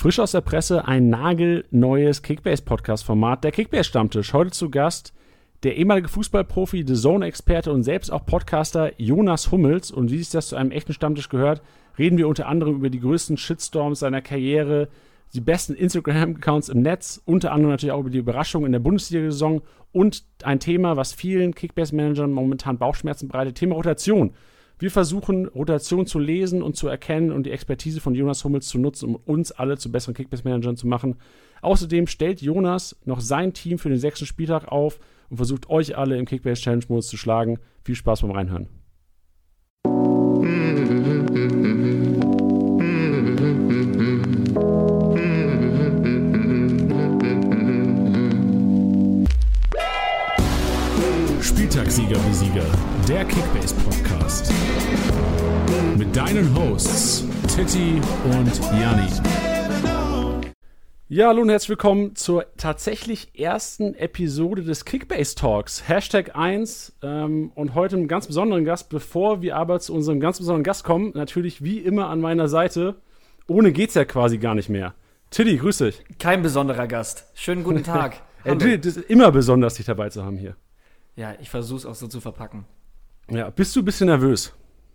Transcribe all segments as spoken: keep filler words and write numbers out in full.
Frisch aus der Presse ein nagelneues Kickbase-Podcast-Format, der Kickbase-Stammtisch. Heute zu Gast der ehemalige Fußballprofi, The Zone-Experte und selbst auch Podcaster Jonas Hummels. Und wie sich das zu einem echten Stammtisch gehört, reden wir unter anderem über die größten Shitstorms seiner Karriere, die besten Instagram-Accounts im Netz, unter anderem natürlich auch über die Überraschungen in der Bundesliga-Saison und ein Thema, was vielen Kickbase-Managern momentan Bauchschmerzen bereitet, Thema Rotation. Wir versuchen, Rotation zu lesen und zu erkennen und die Expertise von Jonas Hummels zu nutzen, um uns alle zu besseren Kickbase-Managern zu machen. Außerdem stellt Jonas noch sein Team für den sechsten Spieltag auf und versucht euch alle im Kickbase-Challenge-Modus zu schlagen. Viel Spaß beim Reinhören. Spieltagssieger wie Sieger, der Kickbase-Podcast. Mit deinen Hosts Titti und Janni. Ja, hallo und herzlich willkommen zur tatsächlich ersten Episode des Kickbase-Talks. Hashtag eins ähm, und heute einen ganz besonderen Gast. Bevor wir aber zu unserem ganz besonderen Gast kommen, natürlich wie immer an meiner Seite. Ohne geht's ja quasi gar nicht mehr. Titti, grüß dich. Kein besonderer Gast. Schönen guten Tag. Ey, Titti, das ist immer besonders, dich dabei zu haben hier. Ja, ich versuche es auch so zu verpacken. Ja, bist du ein bisschen nervös?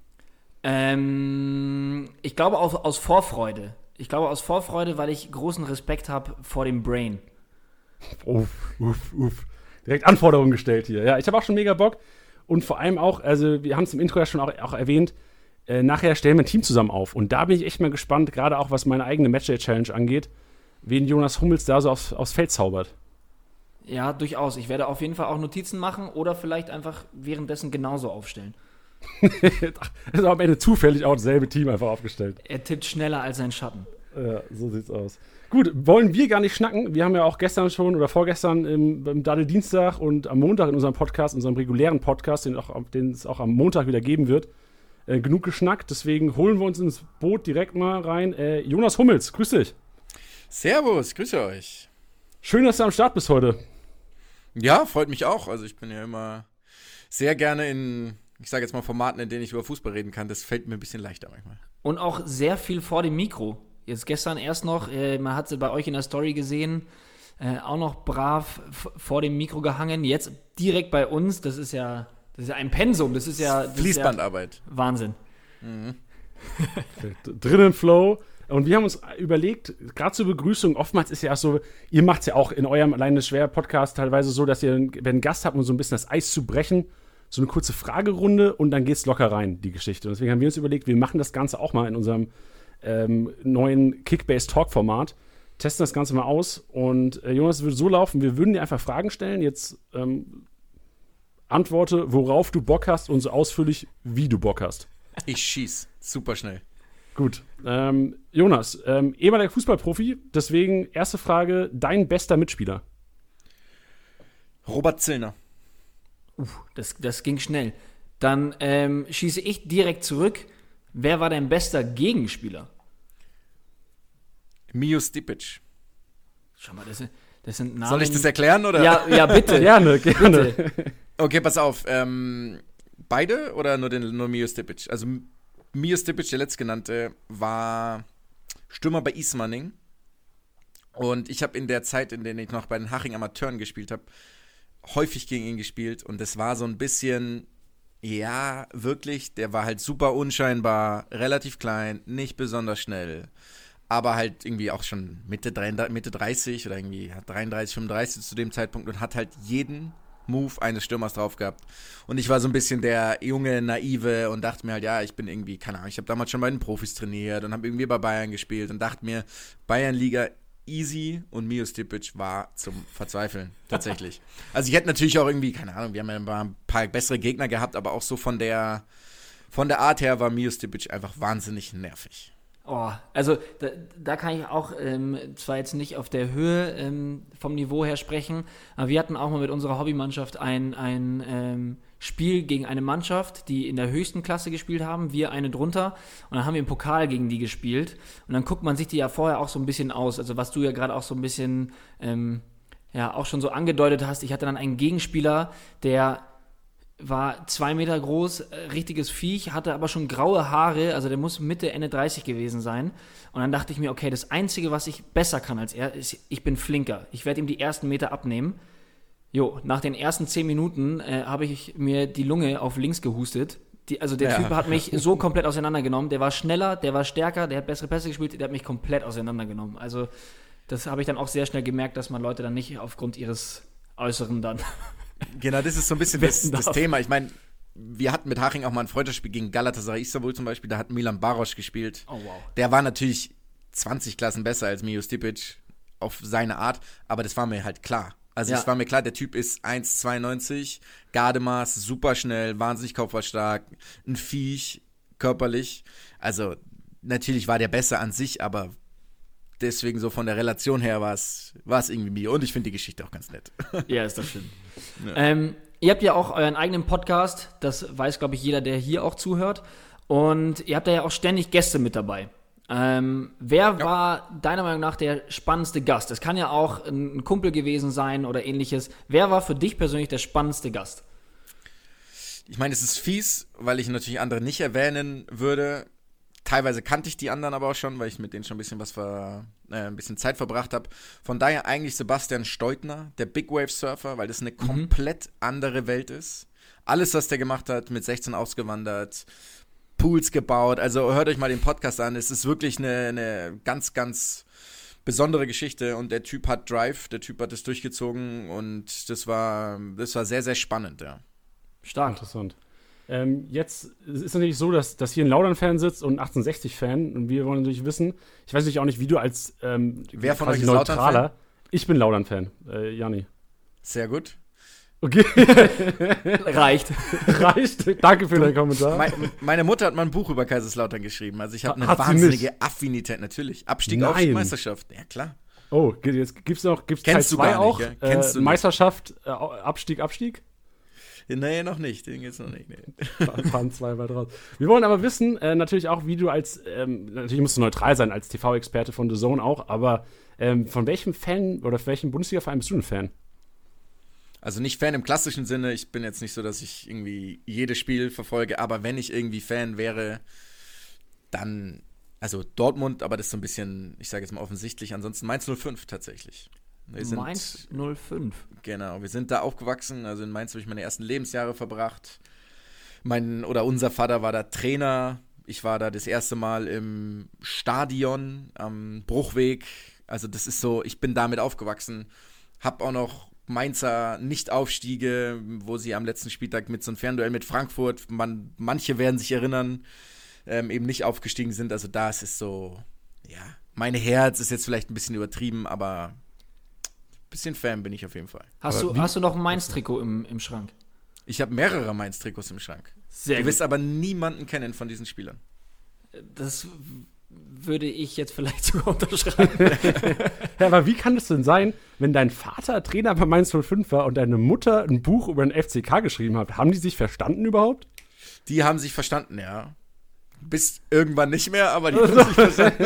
Ähm, ich glaube aus, aus Vorfreude. Ich glaube aus Vorfreude, weil ich großen Respekt habe vor dem Brain. Uff, uff, uff. Direkt Anforderungen gestellt hier. Ja, ich habe auch schon mega Bock. Und vor allem auch, also wir haben es im Intro ja schon auch, auch erwähnt, äh, nachher stellen wir ein Team zusammen auf. Und da bin ich echt mal gespannt, gerade auch was meine eigene Matchday-Challenge angeht, wen Jonas Hummels da so aufs, aufs Feld zaubert. Ja, durchaus. Ich werde auf jeden Fall auch Notizen machen oder vielleicht einfach währenddessen genauso aufstellen. Also am Ende zufällig auch dasselbe Team einfach aufgestellt. Er tippt schneller als sein Schatten. Ja, so sieht's aus. Gut, wollen wir gar nicht schnacken. Wir haben ja auch gestern schon oder vorgestern im, beim Dadel-Dienstag und am Montag in unserem Podcast, unserem regulären Podcast, den, auch, den es auch am Montag wieder geben wird, äh, genug geschnackt. Deswegen holen wir uns ins Boot direkt mal rein. Äh, Jonas Hummels, grüß dich. Servus, grüße euch. Schön, dass du am Start bist heute. Ja, freut mich auch. Also ich bin ja immer sehr gerne in, ich sage jetzt mal, Formaten, in denen ich über Fußball reden kann. Das fällt mir ein bisschen leichter manchmal. Und auch sehr viel vor dem Mikro. Jetzt gestern erst noch, äh, man hat es bei euch in der Story gesehen, äh, auch noch brav f- vor dem Mikro gehangen. Jetzt direkt bei uns, das ist ja, das ist ja ein Pensum. Das ist ja das Fließbandarbeit. Ist ja Wahnsinn. Mhm. Drinnen Flow. Und wir haben uns überlegt, gerade zur Begrüßung, oftmals ist ja auch so, ihr macht es ja auch in eurem alleine schwer Podcast teilweise so, dass ihr, wenn einen Gast habt, um so ein bisschen das Eis zu brechen, so eine kurze Fragerunde und dann geht's locker rein, die Geschichte. Und deswegen haben wir uns überlegt, wir machen das Ganze auch mal in unserem ähm, neuen Kickbase-Talk-Format, testen das Ganze mal aus und äh, Jonas, es würde so laufen, wir würden dir einfach Fragen stellen, jetzt ähm, antworte, worauf du Bock hast und so ausführlich, wie du Bock hast. Ich schieß, super schnell. Gut. Ähm, Jonas, ähm, ehemaliger Fußballprofi, deswegen erste Frage, dein bester Mitspieler? Robert Zillner. Uh, das, das ging schnell. Dann ähm, schieße ich direkt zurück. Wer war dein bester Gegenspieler? Mio Stipic. Schau mal, das sind, das sind Namen. Soll ich das erklären, oder? Ja, ja bitte. Gerne, gerne. Bitte. Okay, pass auf. Ähm, beide oder nur, den, nur Mio Stipic? Also Mio Stipic, der letztgenannte, war Stürmer bei Ismaning. Und ich habe in der Zeit, in der ich noch bei den Haching Amateuren gespielt habe, häufig gegen ihn gespielt. Und das war so ein bisschen, ja, wirklich, der war halt super unscheinbar, relativ klein, nicht besonders schnell. Aber halt irgendwie auch schon Mitte, Mitte dreißig oder irgendwie dreiunddreißig, fünfunddreißig zu dem Zeitpunkt und hat halt jeden Move eines Stürmers drauf gehabt. Und ich war so ein bisschen der junge, naive und dachte mir halt, ja, ich bin irgendwie, keine Ahnung, ich habe damals schon bei den Profis trainiert und habe irgendwie bei Bayern gespielt und dachte mir, Bayernliga easy und Mio Stipic war zum Verzweifeln, tatsächlich. Also ich hätte natürlich auch irgendwie, keine Ahnung, wir haben ja ein paar bessere Gegner gehabt, aber auch so von der, von der Art her war Mio Stipic einfach wahnsinnig nervig. Oh, also da, da kann ich auch ähm, zwar jetzt nicht auf der Höhe ähm, vom Niveau her sprechen, aber wir hatten auch mal mit unserer Hobbymannschaft ein, ein ähm, Spiel gegen eine Mannschaft, die in der höchsten Klasse gespielt haben, wir eine drunter, und dann haben wir im Pokal gegen die gespielt und dann guckt man sich die ja vorher auch so ein bisschen aus, also was du ja gerade auch so ein bisschen ähm, ja auch schon so angedeutet hast. Ich hatte dann einen Gegenspieler, der war zwei Meter groß, äh, richtiges Viech, hatte aber schon graue Haare, also der muss Mitte, Ende dreißig gewesen sein. Und dann dachte ich mir, okay, das Einzige, was ich besser kann als er, ist, ich bin flinker. Ich werde ihm die ersten Meter abnehmen. Jo, nach den ersten zehn Minuten äh, habe ich mir die Lunge auf links gehustet. Die, also der ja. Typ hat mich so komplett auseinandergenommen. Der war schneller, der war stärker, der hat bessere Pässe gespielt, der hat mich komplett auseinandergenommen. Also das habe ich dann auch sehr schnell gemerkt, dass man Leute dann nicht aufgrund ihres Äußeren dann genau, das ist so ein bisschen das, das Thema. Ich meine, wir hatten mit Haching auch mal ein Freundschaftsspiel gegen Galatasaray Istanbul zum Beispiel. Da hat Milan Baroš gespielt. Oh, wow. Der war natürlich zwanzig Klassen besser als Mio Stipic auf seine Art, aber das war mir halt klar. Also es ja. war mir klar, der Typ ist eins Komma zweiundneunzig, Gardemaß, super schnell, wahnsinnig kopfballstark, ein Viech, körperlich. Also natürlich war der besser an sich, aber deswegen so von der Relation her war es irgendwie Mio. Und ich finde die Geschichte auch ganz nett. Ja, ist das schön. Ja. Ähm, ihr habt ja auch euren eigenen Podcast, das weiß, glaube ich, jeder, der hier auch zuhört. Und ihr habt da ja auch ständig Gäste mit dabei. Ähm, wer ja. war deiner Meinung nach der spannendste Gast? Das kann ja auch ein Kumpel gewesen sein oder ähnliches. Wer war für dich persönlich der spannendste Gast? Ich meine, es ist fies, weil ich natürlich andere nicht erwähnen würde. Teilweise kannte ich die anderen aber auch schon, weil ich mit denen schon ein bisschen was ver, äh, ein bisschen Zeit verbracht habe. Von daher eigentlich Sebastian Steutner, der Big Wave Surfer, weil das eine mhm. komplett andere Welt ist. Alles, was der gemacht hat, mit sechzehn ausgewandert, Pools gebaut. Also hört euch mal den Podcast an. Es ist wirklich eine, eine ganz, ganz besondere Geschichte. Und der Typ hat Drive, der Typ hat es durchgezogen. Und das war, das war sehr, sehr spannend, ja. Stark. Interessant. Ähm, jetzt ist es natürlich so, dass, dass hier ein Laudern-Fan sitzt und ein achtzehnhundertsechzig-Fan. Und wir wollen natürlich wissen, ich weiß natürlich auch nicht, wie du als ähm, Wer von euch ist Laudern-Fan? Ich bin Laudern-Fan, äh, Janni. Sehr gut. Okay. Reicht. Reicht. Danke für deinen Kommentar. Mein, meine Mutter hat mal ein Buch über Kaiserslautern geschrieben. Also ich habe eine hat wahnsinnige Affinität, natürlich. Abstieg, Nein. Aufstieg, Meisterschaft. Ja, klar. Oh, jetzt gibt's noch, gibt's Teil zwei auch? Nicht, ja? Kennst äh, du Meisterschaft, äh, Abstieg, Abstieg? Nee, noch nicht. Den geht's noch nicht. Nee. Fahren zwei weit raus. Wir wollen aber wissen, äh, natürlich auch, wie du als, ähm, natürlich musst du neutral sein als T V-Experte von The Zone auch, aber ähm, von welchem Fan oder von welchem Bundesliga-Verein bist du ein Fan? Also nicht Fan im klassischen Sinne. Ich bin jetzt nicht so, dass ich irgendwie jedes Spiel verfolge, aber wenn ich irgendwie Fan wäre, dann, also Dortmund, aber das ist so ein bisschen, ich sage jetzt mal offensichtlich, ansonsten Mainz null fünf tatsächlich. Wir sind, Mainz null fünf. Genau, wir sind da aufgewachsen, also in Mainz habe ich meine ersten Lebensjahre verbracht. Mein, oder unser Vater war da Trainer, ich war da das erste Mal im Stadion am Bruchweg, also das ist so, ich bin damit aufgewachsen, hab auch noch Mainzer Nicht-Aufstiege, wo sie am letzten Spieltag mit so einem Fernduell mit Frankfurt, man, manche werden sich erinnern, ähm, eben nicht aufgestiegen sind, also da ist es so, ja, mein Herz ist jetzt vielleicht ein bisschen übertrieben, aber bisschen Fan bin ich auf jeden Fall. Hast, du, hast du noch ein Mainz-Trikot im, im Schrank? Ich habe mehrere Mainz-Trikots im Schrank. Sehr du gut. wirst aber niemanden kennen von diesen Spielern. Das würde ich jetzt vielleicht sogar unterschreiben. Ja, aber wie kann es denn sein, wenn dein Vater Trainer bei Mainz null fünf war und deine Mutter ein Buch über den F C K geschrieben hat? Haben die sich verstanden überhaupt? Die haben sich verstanden, ja. Bis irgendwann nicht mehr, aber die haben sich verstanden.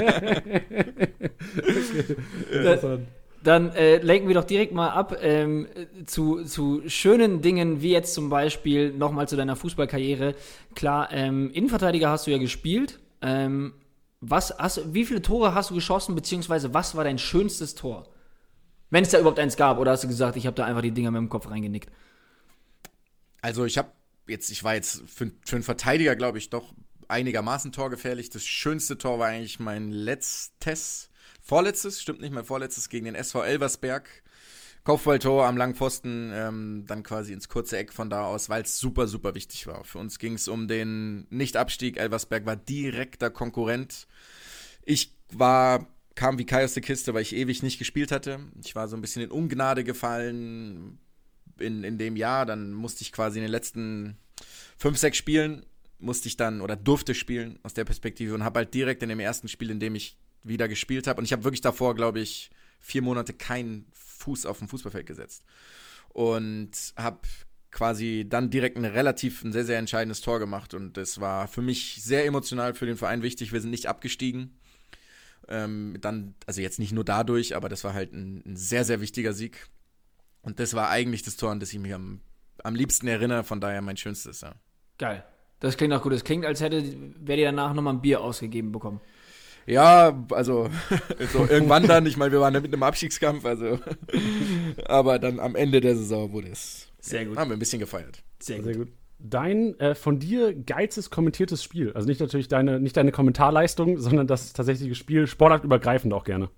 Okay. Dann äh, lenken wir doch direkt mal ab ähm, zu, zu schönen Dingen, wie jetzt zum Beispiel nochmal zu deiner Fußballkarriere. Klar, ähm, Innenverteidiger hast du ja gespielt. Ähm, was hast, wie viele Tore hast du geschossen, beziehungsweise was war dein schönstes Tor? Wenn es da überhaupt eins gab, oder hast du gesagt, ich habe da einfach die Dinger mit dem Kopf reingenickt? Also ich habe jetzt, ich war jetzt für, für einen Verteidiger, glaube ich, doch einigermaßen torgefährlich. Das schönste Tor war eigentlich mein letztes Vorletztes, stimmt nicht, mein vorletztes gegen den S V Elversberg. Kopfballtor am langen Pfosten, ähm, dann quasi ins kurze Eck von da aus, weil es super, super wichtig war. Für uns ging es um den Nicht-Abstieg. Elversberg war direkter Konkurrent. Ich war, kam wie Kai aus der Kiste, weil ich ewig nicht gespielt hatte. Ich war so ein bisschen in Ungnade gefallen in, in dem Jahr. Dann musste ich quasi in den letzten fünf, sechs Spielen, musste ich dann oder durfte spielen aus der Perspektive und habe halt direkt in dem ersten Spiel, in dem ich wieder gespielt habe. Und ich habe wirklich davor, glaube ich, vier Monate keinen Fuß auf dem Fußballfeld gesetzt. Und habe quasi dann direkt ein relativ, ein sehr, sehr entscheidendes Tor gemacht. Und das war für mich sehr emotional, für den Verein wichtig. Wir sind nicht abgestiegen. Ähm, dann, also jetzt nicht nur dadurch, aber das war halt ein, ein sehr, sehr wichtiger Sieg. Und das war eigentlich das Tor, an das ich mich am am liebsten erinnere, von daher mein schönstes, ja. Geil. Das klingt auch gut. Das klingt, als hätte, wäre dir danach nochmal ein Bier ausgegeben bekommen. Ja, also so irgendwann dann, ich meine, wir waren da mit einem Abstiegskampf, also aber dann am Ende der Saison wurde es, Sehr ja, gut. haben wir ein bisschen gefeiert. Sehr gut. Sehr gut. Dein äh, von dir geilstes kommentiertes Spiel, also nicht natürlich deine, nicht deine Kommentarleistung, sondern das tatsächliche Spiel, sportartübergreifend auch gerne.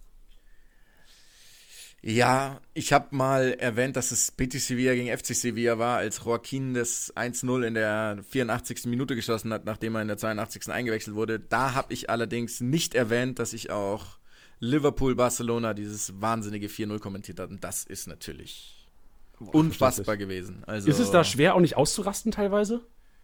Ja, ich habe mal erwähnt, dass es Betis Sevilla gegen F C Sevilla war, als Joaquin das eins null in der vierundachtzigsten Minute geschossen hat, nachdem er in der zweiundachtzigsten eingewechselt wurde. Da habe ich allerdings nicht erwähnt, dass ich auch Liverpool-Barcelona dieses wahnsinnige vier null kommentiert habe. Und das ist natürlich Boah, unfassbar gewesen. Also, ist es da schwer, auch nicht auszurasten teilweise?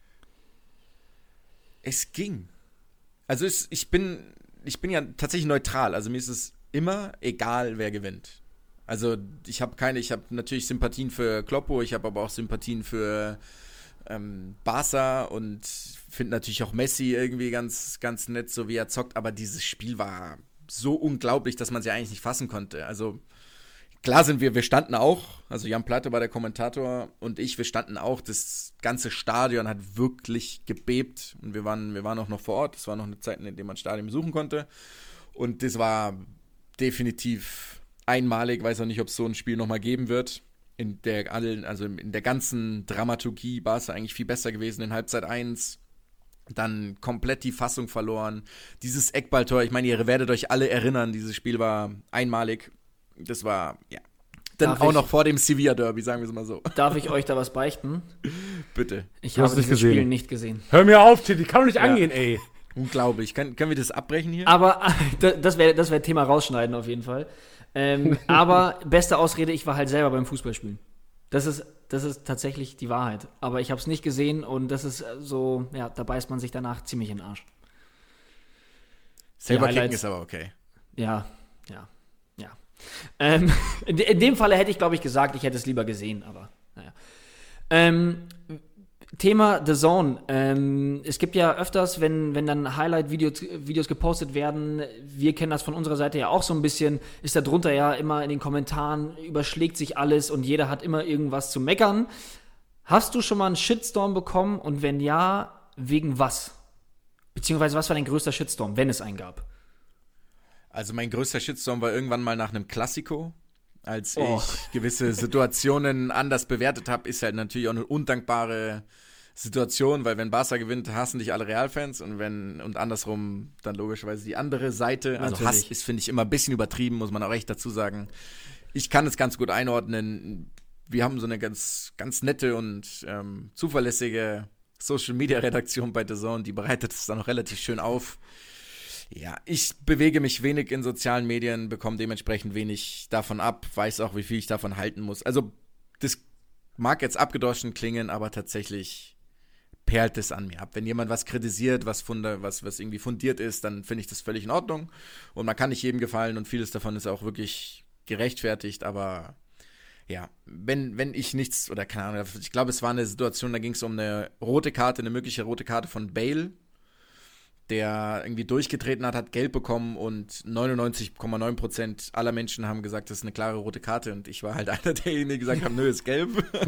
Es ging. Also es, ich bin, ich bin ja tatsächlich neutral. Also mir ist es immer egal, wer gewinnt. Also ich habe keine, ich habe natürlich Sympathien für Kloppo, ich habe aber auch Sympathien für ähm, Barca und finde natürlich auch Messi irgendwie ganz, ganz nett, so wie er zockt, aber dieses Spiel war so unglaublich, dass man sie eigentlich nicht fassen konnte. Also klar sind wir, wir standen auch, also Jan Platte war der Kommentator und ich, wir standen auch, das ganze Stadion hat wirklich gebebt und wir waren, wir waren auch noch vor Ort, das war noch eine Zeit, in der man Stadion besuchen konnte und das war definitiv einmalig, weiß auch nicht, ob es so ein Spiel nochmal geben wird. In der, also in der ganzen Dramaturgie war es eigentlich viel besser gewesen in Halbzeit eins. Dann komplett die Fassung verloren. Dieses Eckballtor, ich meine, ihr werdet euch alle erinnern, dieses Spiel war einmalig. Das war, ja. Dann Darf auch ich, noch vor dem Sevilla-Derby, sagen wir es mal so. Darf ich euch da was beichten? Bitte. Ich Du hast habe nicht dieses gesehen. Spiel nicht gesehen. Hör mir auf, Tilly, kann doch nicht Ja. angehen, ey. Unglaublich. Kann, können wir das abbrechen hier? Aber das wäre das wär Thema rausschneiden auf jeden Fall. Ähm, aber beste Ausrede, ich war halt selber beim Fußballspielen. Das ist, das ist tatsächlich die Wahrheit. Aber ich habe es nicht gesehen und das ist so, ja, da beißt man sich danach ziemlich in den Arsch. Selber die kicken Highlights- ist aber okay. Ja, ja, ja. Ähm, in, in dem Falle hätte ich, glaube ich, gesagt, ich hätte es lieber gesehen, aber naja. Ähm, Thema The Zone. Ähm, es gibt ja öfters, wenn, wenn dann Highlight-Videos Videos gepostet werden, wir kennen das von unserer Seite ja auch so ein bisschen, ist da drunter ja immer in den Kommentaren, überschlägt sich alles und jeder hat immer irgendwas zu meckern. Hast du schon mal einen Shitstorm bekommen und wenn ja, wegen was? Beziehungsweise was war dein größter Shitstorm, wenn es einen gab? Also mein größter Shitstorm war irgendwann mal nach einem Klassiko. Als Oh. ich gewisse Situationen anders bewertet habe, ist halt natürlich auch eine undankbare Situation, weil wenn Barca gewinnt, hassen dich alle Realfans und wenn und andersrum dann logischerweise die andere Seite. Also Natürlich. Hass ist, finde ich, immer ein bisschen übertrieben, muss man auch echt dazu sagen. Ich kann es ganz gut einordnen. Wir haben so eine ganz, ganz nette und ähm, zuverlässige Social-Media-Redaktion bei The Zone, die bereitet es dann auch relativ schön auf. Ja, ich bewege mich wenig in sozialen Medien, bekomme dementsprechend wenig davon ab, weiß auch, wie viel ich davon halten muss. Also, das mag jetzt abgedroschen klingen, aber tatsächlich perlt es an mir ab. Wenn jemand was kritisiert, was, funda- was, was irgendwie fundiert ist, dann finde ich das völlig in Ordnung. Und man kann nicht jedem gefallen und vieles davon ist auch wirklich gerechtfertigt, aber ja, wenn, wenn ich nichts, oder keine Ahnung, ich glaube, es war eine Situation, da ging es um eine rote Karte, eine mögliche rote Karte von Bale, der irgendwie durchgetreten hat, hat gelb bekommen und neunundneunzig Komma neun Prozent aller Menschen haben gesagt, das ist eine klare rote Karte und ich war halt einer derjenigen, die gesagt haben, nö, ist gelb.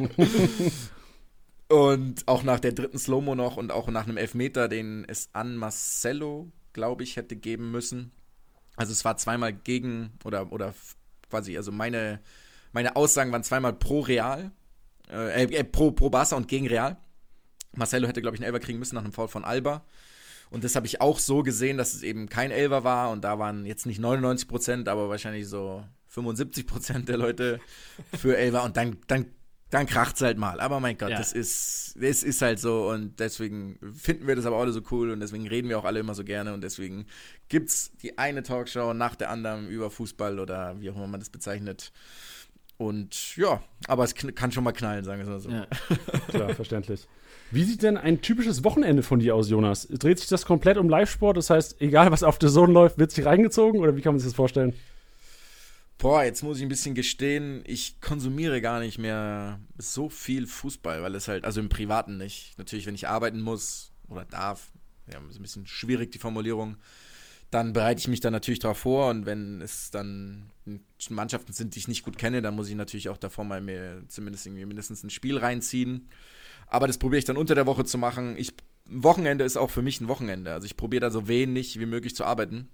Und auch nach der dritten Slow-Mo noch und auch nach einem Elfmeter, den es an Marcelo, glaube ich, hätte geben müssen. Also es war zweimal gegen, oder, oder quasi, also meine, meine Aussagen waren zweimal pro Real, äh, äh, pro, pro Barca und gegen Real. Marcelo hätte, glaube ich, einen Elfer kriegen müssen nach einem Foul von Alba. Und das habe ich auch so gesehen, dass es eben kein Elfer war und da waren jetzt nicht neunundneunzig Prozent, aber wahrscheinlich so fünfundsiebzig Prozent der Leute für Elfer und dann, dann, dann kracht es halt mal. Aber mein Gott, Ja. das ist, das ist halt so und deswegen finden wir das aber alle so cool und deswegen reden wir auch alle immer so gerne und deswegen gibt es die eine Talkshow nach der anderen über Fußball oder wie auch immer man das bezeichnet. Und ja, aber es kn- kann schon mal knallen, sagen wir es mal so. Ja. Klar, verständlich. Wie sieht denn ein typisches Wochenende von dir aus, Jonas? Dreht sich das komplett um Live-Sport? Das heißt, egal was auf der Zone läuft, wird sich reingezogen? Oder wie kann man sich das vorstellen? Boah, jetzt muss ich ein bisschen gestehen, ich konsumiere gar nicht mehr so viel Fußball, weil es halt, also im Privaten nicht. Natürlich, wenn ich arbeiten muss oder darf, ja, ist ein bisschen schwierig die Formulierung, dann bereite ich mich dann natürlich darauf vor und wenn es dann Mannschaften sind, die ich nicht gut kenne, dann muss ich natürlich auch davor mal mir zumindest irgendwie mindestens ein Spiel reinziehen. Aber das probiere ich dann unter der Woche zu machen. Ich, Wochenende ist auch für mich ein Wochenende. Also ich probiere da so wenig wie möglich zu arbeiten.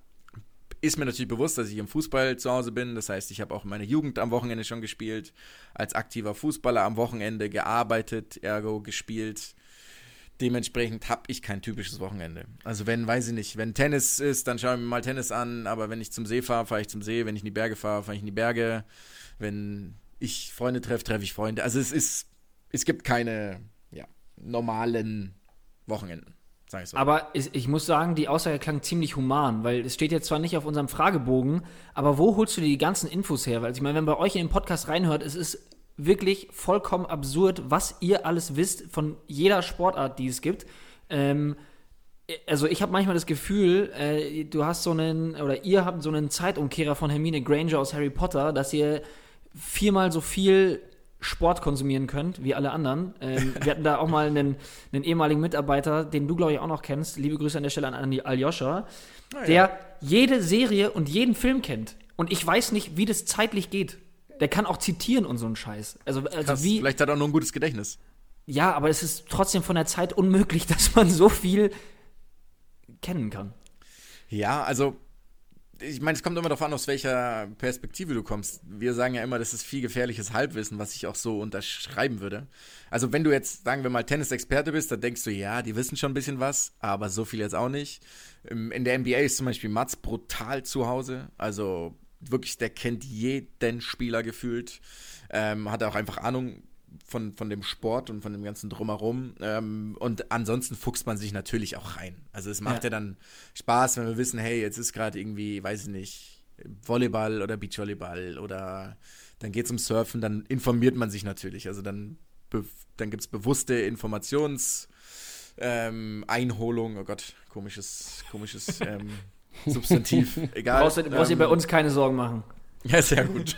Ist mir natürlich bewusst, dass ich im Fußball zu Hause bin. Das heißt, ich habe auch meine Jugend am Wochenende schon gespielt. Als aktiver Fußballer am Wochenende gearbeitet, ergo gespielt. Dementsprechend habe ich kein typisches Wochenende. Also wenn, weiß ich nicht, wenn Tennis ist, dann schaue ich mir mal Tennis an, aber wenn ich zum See fahre, fahre ich zum See, wenn ich in die Berge fahre, fahre ich in die Berge, wenn ich Freunde treffe, treffe ich Freunde. Also es ist, es gibt keine ja, normalen Wochenenden, sage ich so. Aber ich, ich muss sagen, die Aussage klang ziemlich human, weil es steht jetzt zwar nicht auf unserem Fragebogen, aber wo holst du dir die ganzen Infos her? Weil ich meine, wenn man bei euch in den Podcast reinhört, es ist wirklich vollkommen absurd, was ihr alles wisst von jeder Sportart, die es gibt. Ähm, also ich habe manchmal das Gefühl, äh, du hast so einen, oder ihr habt so einen Zeitumkehrer von Hermine Granger aus Harry Potter, dass ihr viermal so viel Sport konsumieren könnt, wie alle anderen. Ähm, wir hatten da auch mal einen, einen ehemaligen Mitarbeiter, den du, glaube ich, auch noch kennst. Liebe Grüße an der Stelle an Andi Aljoscha, ja. der jede Serie und jeden Film kennt. Und ich weiß nicht, wie das zeitlich geht. Der kann auch zitieren und so einen Scheiß. Also, also Krass, wie, vielleicht hat er auch nur ein gutes Gedächtnis. Ja, aber es ist trotzdem von der Zeit unmöglich, dass man so viel kennen kann. Ja, also ich meine, es kommt immer darauf an, aus welcher Perspektive du kommst. Wir sagen ja immer, das ist viel gefährliches Halbwissen, was ich auch so unterschreiben würde. Also wenn du jetzt, sagen wir mal, Tennisexperte bist, dann denkst du, ja, die wissen schon ein bisschen was, aber so viel jetzt auch nicht. In der N B A ist zum Beispiel Mats brutal zu Hause, also wirklich, der kennt jeden Spieler gefühlt, ähm, hat auch einfach Ahnung von, von dem Sport und von dem ganzen Drumherum. Ähm, und ansonsten fuchst man sich natürlich auch rein. Also es macht ja, ja dann Spaß, wenn wir wissen, hey, jetzt ist gerade irgendwie, weiß ich nicht, Volleyball oder Beachvolleyball oder dann geht es um Surfen, dann informiert man sich natürlich. Also dann, be- dann gibt es bewusste Informations- ähm, Einholung, oh Gott, komisches, komisches ähm, Substantiv, egal. Brauchst du brauchst dir ähm, bei uns keine Sorgen machen. Ja, sehr gut.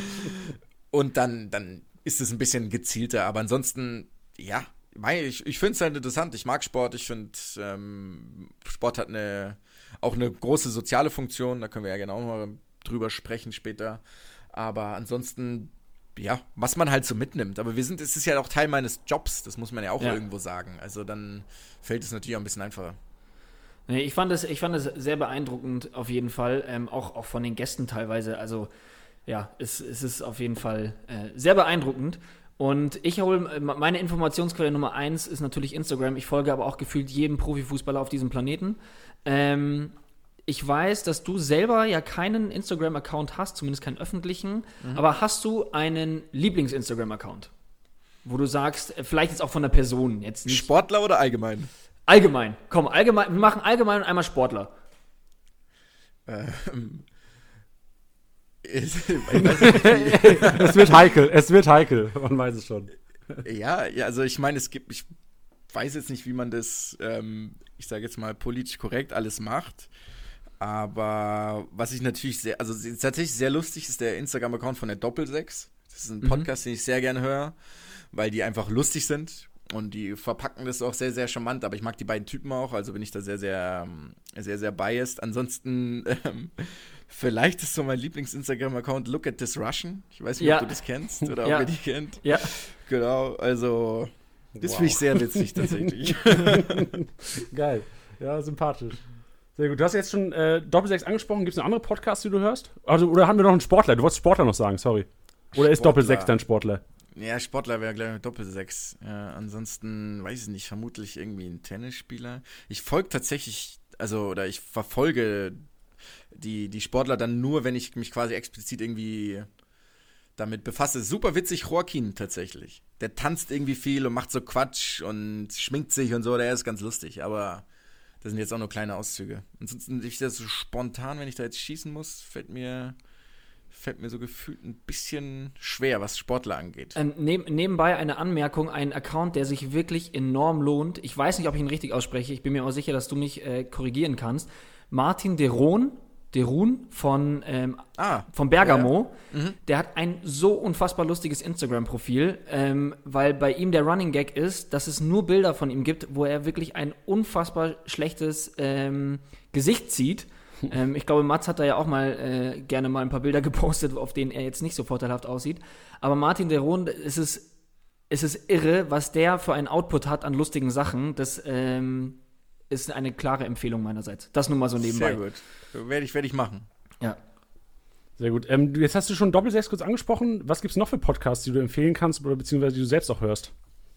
Und dann, dann ist es ein bisschen gezielter, aber ansonsten, ja, ich, ich finde es halt interessant. Ich mag Sport, ich finde, ähm, Sport hat eine, auch eine große soziale Funktion, da können wir ja genau mal drüber sprechen später. Aber ansonsten, ja, was man halt so mitnimmt. Aber wir sind, es ist ja auch Teil meines Jobs, das muss man ja auch ja. irgendwo sagen. Also dann fällt es natürlich auch ein bisschen einfacher. Nee, ich fand es ich fand es sehr beeindruckend auf jeden Fall, ähm, auch, auch von den Gästen teilweise. Also ja, es, es ist auf jeden Fall äh, sehr beeindruckend. Und ich hole, meine Informationsquelle Nummer eins ist natürlich Instagram. Ich folge aber auch gefühlt jedem Profifußballer auf diesem Planeten. Ähm, ich weiß, dass du selber ja keinen Instagram-Account hast, zumindest keinen öffentlichen. Mhm. Aber hast du einen Lieblings-Instagram-Account? Wo du sagst, vielleicht jetzt auch von der Person. Jetzt nicht Sportler oder allgemein? Allgemein. Komm, allgemein. Wir machen allgemein und einmal Sportler. Ähm. Es wird heikel, es wird heikel, man weiß es schon. Ja, ja, also ich meine, es gibt, ich weiß jetzt nicht, wie man das, ähm, ich sage jetzt mal politisch korrekt alles macht, aber was ich natürlich sehr, also tatsächlich sehr lustig ist der Instagram-Account von der Doppelsechs. Das ist ein Podcast, mhm. den ich sehr gerne höre, weil die einfach lustig sind. Und die verpacken das auch sehr, sehr charmant, aber ich mag die beiden Typen auch, also bin ich da sehr, sehr, sehr, sehr biased. Ansonsten, ähm, vielleicht ist so mein Lieblings-Instagram-Account Look at this Russian. Ich weiß nicht, ja. ob du das kennst oder ja. ob ihr die kennt. Ja. Genau, also das wow. finde ich sehr witzig tatsächlich. Geil, ja, sympathisch. Sehr gut. Du hast jetzt schon äh, Doppelsechs angesprochen. Gibt es noch andere Podcasts, die du hörst? Also, oder haben wir noch einen Sportler? Du wolltest Sportler noch sagen, sorry. Oder Sportler. Ist Doppelsechs dein Sportler? Ja, Sportler wäre gleich Doppelsechs. Ja, ansonsten, weiß ich nicht, vermutlich irgendwie ein Tennisspieler. Ich folge tatsächlich, also, oder ich verfolge die, die Sportler dann nur, wenn ich mich quasi explizit irgendwie damit befasse. Super witzig, Joaquin tatsächlich. Der tanzt irgendwie viel und macht so Quatsch und schminkt sich und so, der ist ganz lustig, aber das sind jetzt auch nur kleine Auszüge. Ansonsten, ich das so spontan, wenn ich da jetzt schießen muss, fällt mir... fällt mir so gefühlt ein bisschen schwer, was Sportler angeht. Ähm, neb- nebenbei eine Anmerkung, ein Account, der sich wirklich enorm lohnt. Ich weiß nicht, ob ich ihn richtig ausspreche. Ich bin mir auch sicher, dass du mich äh, korrigieren kannst. Martin Deron, Derun von, ähm, Ah, von Bergamo. ja. Mhm. Der hat ein so unfassbar lustiges Instagram-Profil, ähm, weil bei ihm der Running Gag ist, dass es nur Bilder von ihm gibt, wo er wirklich ein unfassbar schlechtes ähm, Gesicht zieht. ähm, ich glaube, Mats hat da ja auch mal äh, gerne mal ein paar Bilder gepostet, auf denen er jetzt nicht so vorteilhaft aussieht. Aber Martin Derun, es ist, es ist irre, was der für einen Output hat an lustigen Sachen. Das ähm, ist eine klare Empfehlung meinerseits. Das nur mal so nebenbei. Sehr gut. Werde ich, werd ich machen. Ja. Sehr gut. Ähm, jetzt hast du schon Doppelsechs kurz angesprochen. Was gibt es noch für Podcasts, die du empfehlen kannst oder beziehungsweise die du selbst auch hörst?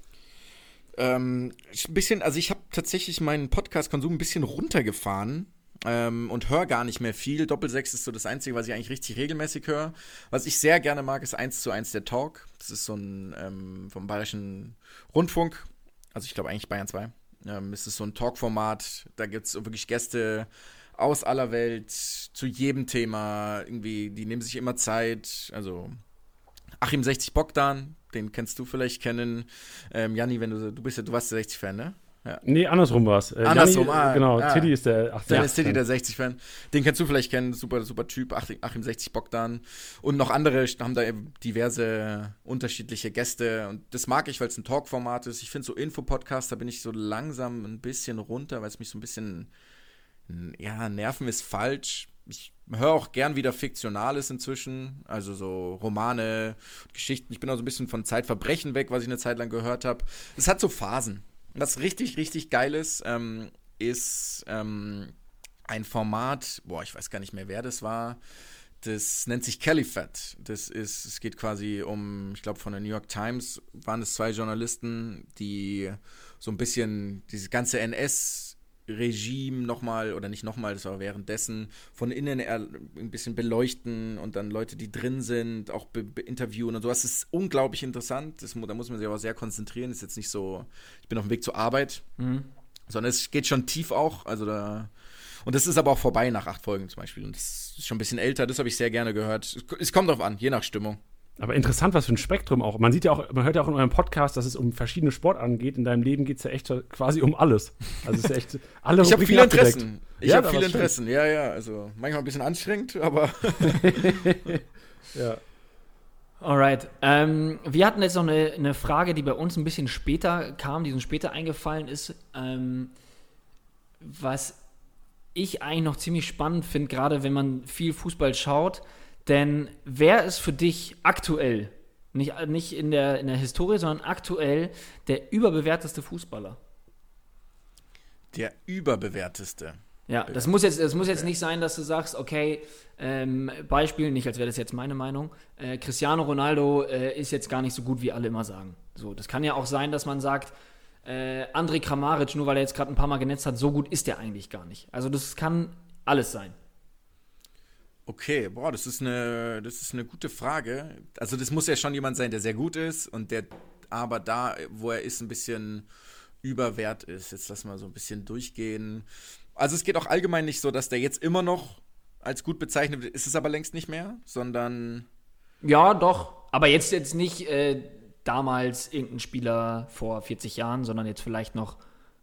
Ähm, ein bisschen, also ich habe tatsächlich meinen Podcast-Konsum ein bisschen runtergefahren ähm, und höre gar nicht mehr viel. Doppelsechs ist so das Einzige, was ich eigentlich richtig regelmäßig höre. Was ich sehr gerne mag, ist eins zu eins der Talk. Das ist so ein ähm, vom Bayerischen Rundfunk. Also ich glaube eigentlich Bayern zwei. Ähm, es ist so ein Talk-Format. Da gibt es wirklich Gäste aus aller Welt zu jedem Thema. Irgendwie, die nehmen sich immer Zeit. Also Achim sechzig Bogdan, den kennst du vielleicht kennen. Ähm, Janni, wenn du, du bist ja, du warst der sechzig-Fan, ne? Ja. Nee, andersrum war es. Äh, Andersrum, Janni, ah, Genau, ah. Tiddy ist der achtzig. Dann ist Tiddy der sechzig-Fan. Den kannst du vielleicht kennen, super, super Typ, Achim, Achim sechzig Bogdan. Und noch andere haben da eben diverse unterschiedliche Gäste. Und das mag ich, weil es ein Talk-Format ist. Ich finde so Infopodcast, da bin ich so langsam ein bisschen runter, weil es mich so ein bisschen, ja, nerven ist falsch. Ich höre auch gern wieder Fiktionales inzwischen, also so Romane, Geschichten. Ich bin auch so ein bisschen von Zeitverbrechen weg, was ich eine Zeit lang gehört habe. Es hat so Phasen. Was richtig, richtig geil ist, ähm, ist ähm, ein Format, boah, ich weiß gar nicht mehr, wer das war. Das nennt sich Califat. Das ist, es geht quasi um, ich glaube von der New York Times waren es zwei Journalisten, die so ein bisschen dieses ganze N S-Regime nochmal, oder nicht nochmal, das war währenddessen, von innen ein bisschen beleuchten und dann Leute, die drin sind, auch be- be- interviewen und sowas. Das ist unglaublich interessant. Das, da muss man sich aber sehr konzentrieren. Das ist jetzt nicht so, ich bin auf dem Weg zur Arbeit, Mhm. sondern es geht schon tief auch. Also da, und das ist aber auch vorbei nach acht Folgen zum Beispiel. Und das ist schon ein bisschen älter, das habe ich sehr gerne gehört. Es kommt drauf an, je nach Stimmung. Aber interessant, was für ein Spektrum auch. Man sieht ja auch, man hört ja auch in eurem Podcast, dass es um verschiedene Sportarten geht. In deinem Leben geht es ja echt quasi um alles. Also es ist ja echt alle Ich habe Rubriken viele abgedeckt. Interessen. Ich Ja, habe aber viele schön. Interessen, ja, ja. Also manchmal ein bisschen anstrengend, aber Ja. Alright. Ähm, wir hatten jetzt noch eine, eine Frage, die bei uns ein bisschen später kam, die uns später eingefallen ist. Ähm, was ich eigentlich noch ziemlich spannend finde, gerade wenn man viel Fußball schaut. Denn wer ist für dich aktuell, nicht, nicht in, der, in der Historie, sondern aktuell der überbewerteste Fußballer? der überbewerteste. Ja, das muss jetzt, das muss jetzt nicht sein, dass du sagst, okay, ähm, Beispiel, nicht als wäre das jetzt meine Meinung, äh, Cristiano Ronaldo äh, ist jetzt gar nicht so gut, wie alle immer sagen. So, das kann ja auch sein, dass man sagt, äh, Andrej Kramaric, nur weil er jetzt gerade ein paar Mal genetzt hat, so gut ist der eigentlich gar nicht. Also das kann alles sein. Okay, boah, das ist eine, das ist eine gute Frage. Also das muss ja schon jemand sein, der sehr gut ist und der aber da, wo er ist, ein bisschen überwert ist. Jetzt lass mal so ein bisschen durchgehen. Also es geht auch allgemein nicht so, dass der jetzt immer noch als gut bezeichnet wird, ist es aber längst nicht mehr, sondern Ja, doch. Aber jetzt, jetzt nicht äh, damals irgendein Spieler vor vierzig Jahren, sondern jetzt vielleicht noch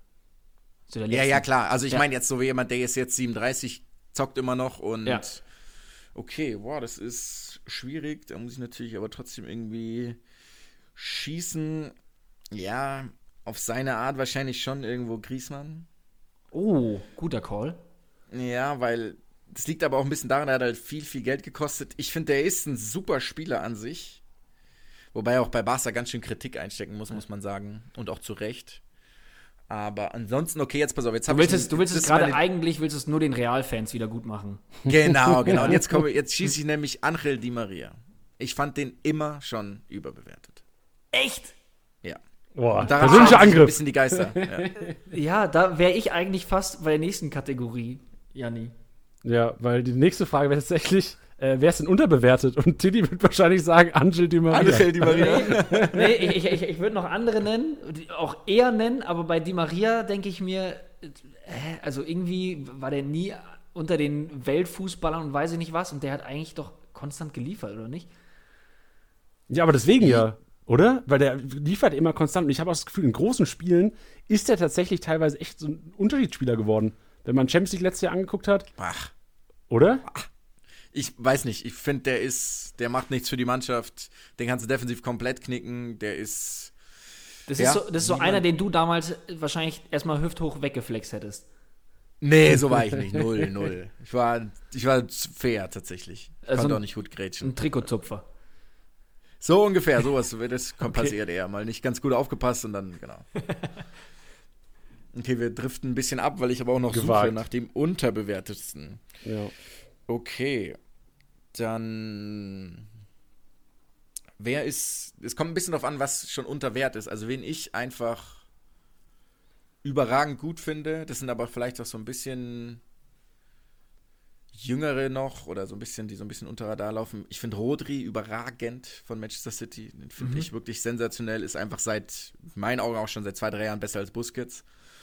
zu der ja, letzten. ja, klar. Also ich Ja. meine jetzt so wie jemand, der ist jetzt siebenunddreißig, zockt immer noch und Ja. okay, boah, das ist schwierig. Da muss ich natürlich aber trotzdem irgendwie schießen. Ja, auf seine Art wahrscheinlich schon irgendwo Griezmann. Oh, guter Call. Ja, weil das liegt aber auch ein bisschen daran, er hat halt viel, viel Geld gekostet. Ich finde, der ist ein super Spieler an sich. Wobei er auch bei Barca ganz schön Kritik einstecken muss, muss man sagen. Und auch zu Recht. Aber ansonsten, okay, jetzt pass auf. Jetzt Du hab willst ich, es, du willst das es ist gerade meine- eigentlich, willst es nur den Realfans wieder gut machen. Genau, genau. Und jetzt, komme, jetzt schieße ich nämlich Angel Di Maria. Ich fand den immer schon überbewertet. Echt? Ja. Boah, Und daran persönlicher scheiden sich ein Angriff. bisschen die Geister. Ja. Ja, da wäre ich eigentlich fast bei der nächsten Kategorie, Janni. Ja, weil die nächste Frage wäre tatsächlich, äh, wer ist denn unterbewertet? Und Tiddy wird wahrscheinlich sagen, Angel Di Maria. Angel Di Maria. Nee, ich, ich, ich würde noch andere nennen, die auch eher nennen, aber bei Di Maria denke ich mir, äh, also irgendwie war der nie unter den Weltfußballern und weiß ich nicht was und der hat eigentlich doch konstant geliefert, oder nicht? Ja, aber deswegen ja, oder? Weil der liefert immer konstant. Und ich habe auch das Gefühl, in großen Spielen ist der tatsächlich teilweise echt so ein Unterschiedsspieler geworden. Wenn man Champions League letztes Jahr angeguckt hat, Ach, Oder? Ich weiß nicht, ich finde, der ist, der macht nichts für die Mannschaft, den kannst du defensiv komplett knicken, der ist... Das ja, ist so, das ist so einer, den du damals wahrscheinlich erstmal hüfthoch weggeflext hättest. Nee, so war ich nicht, null, null. Ich war, ich war fair tatsächlich. Ich Also konnte ein- auch nicht gut grätschen. Ein Trikotzupfer. So ungefähr, sowas, das kommt Okay. passiert eher. Mal nicht ganz gut aufgepasst und dann, genau. Okay, wir driften ein bisschen ab, weil ich aber auch noch Gewagt. suche nach dem unterbewertetsten. Ja. Okay, dann wer ist, es kommt ein bisschen darauf an, was schon unter Wert ist. Also wen ich einfach überragend gut finde, das sind aber vielleicht auch so ein bisschen Jüngere noch oder so ein bisschen, die so ein bisschen unter Radar laufen. Ich finde Rodri überragend von Manchester City. Den finde Mhm. ich wirklich sensationell. Ist einfach seit, in meinen Augen auch schon seit zwei, drei Jahren besser als Busquets.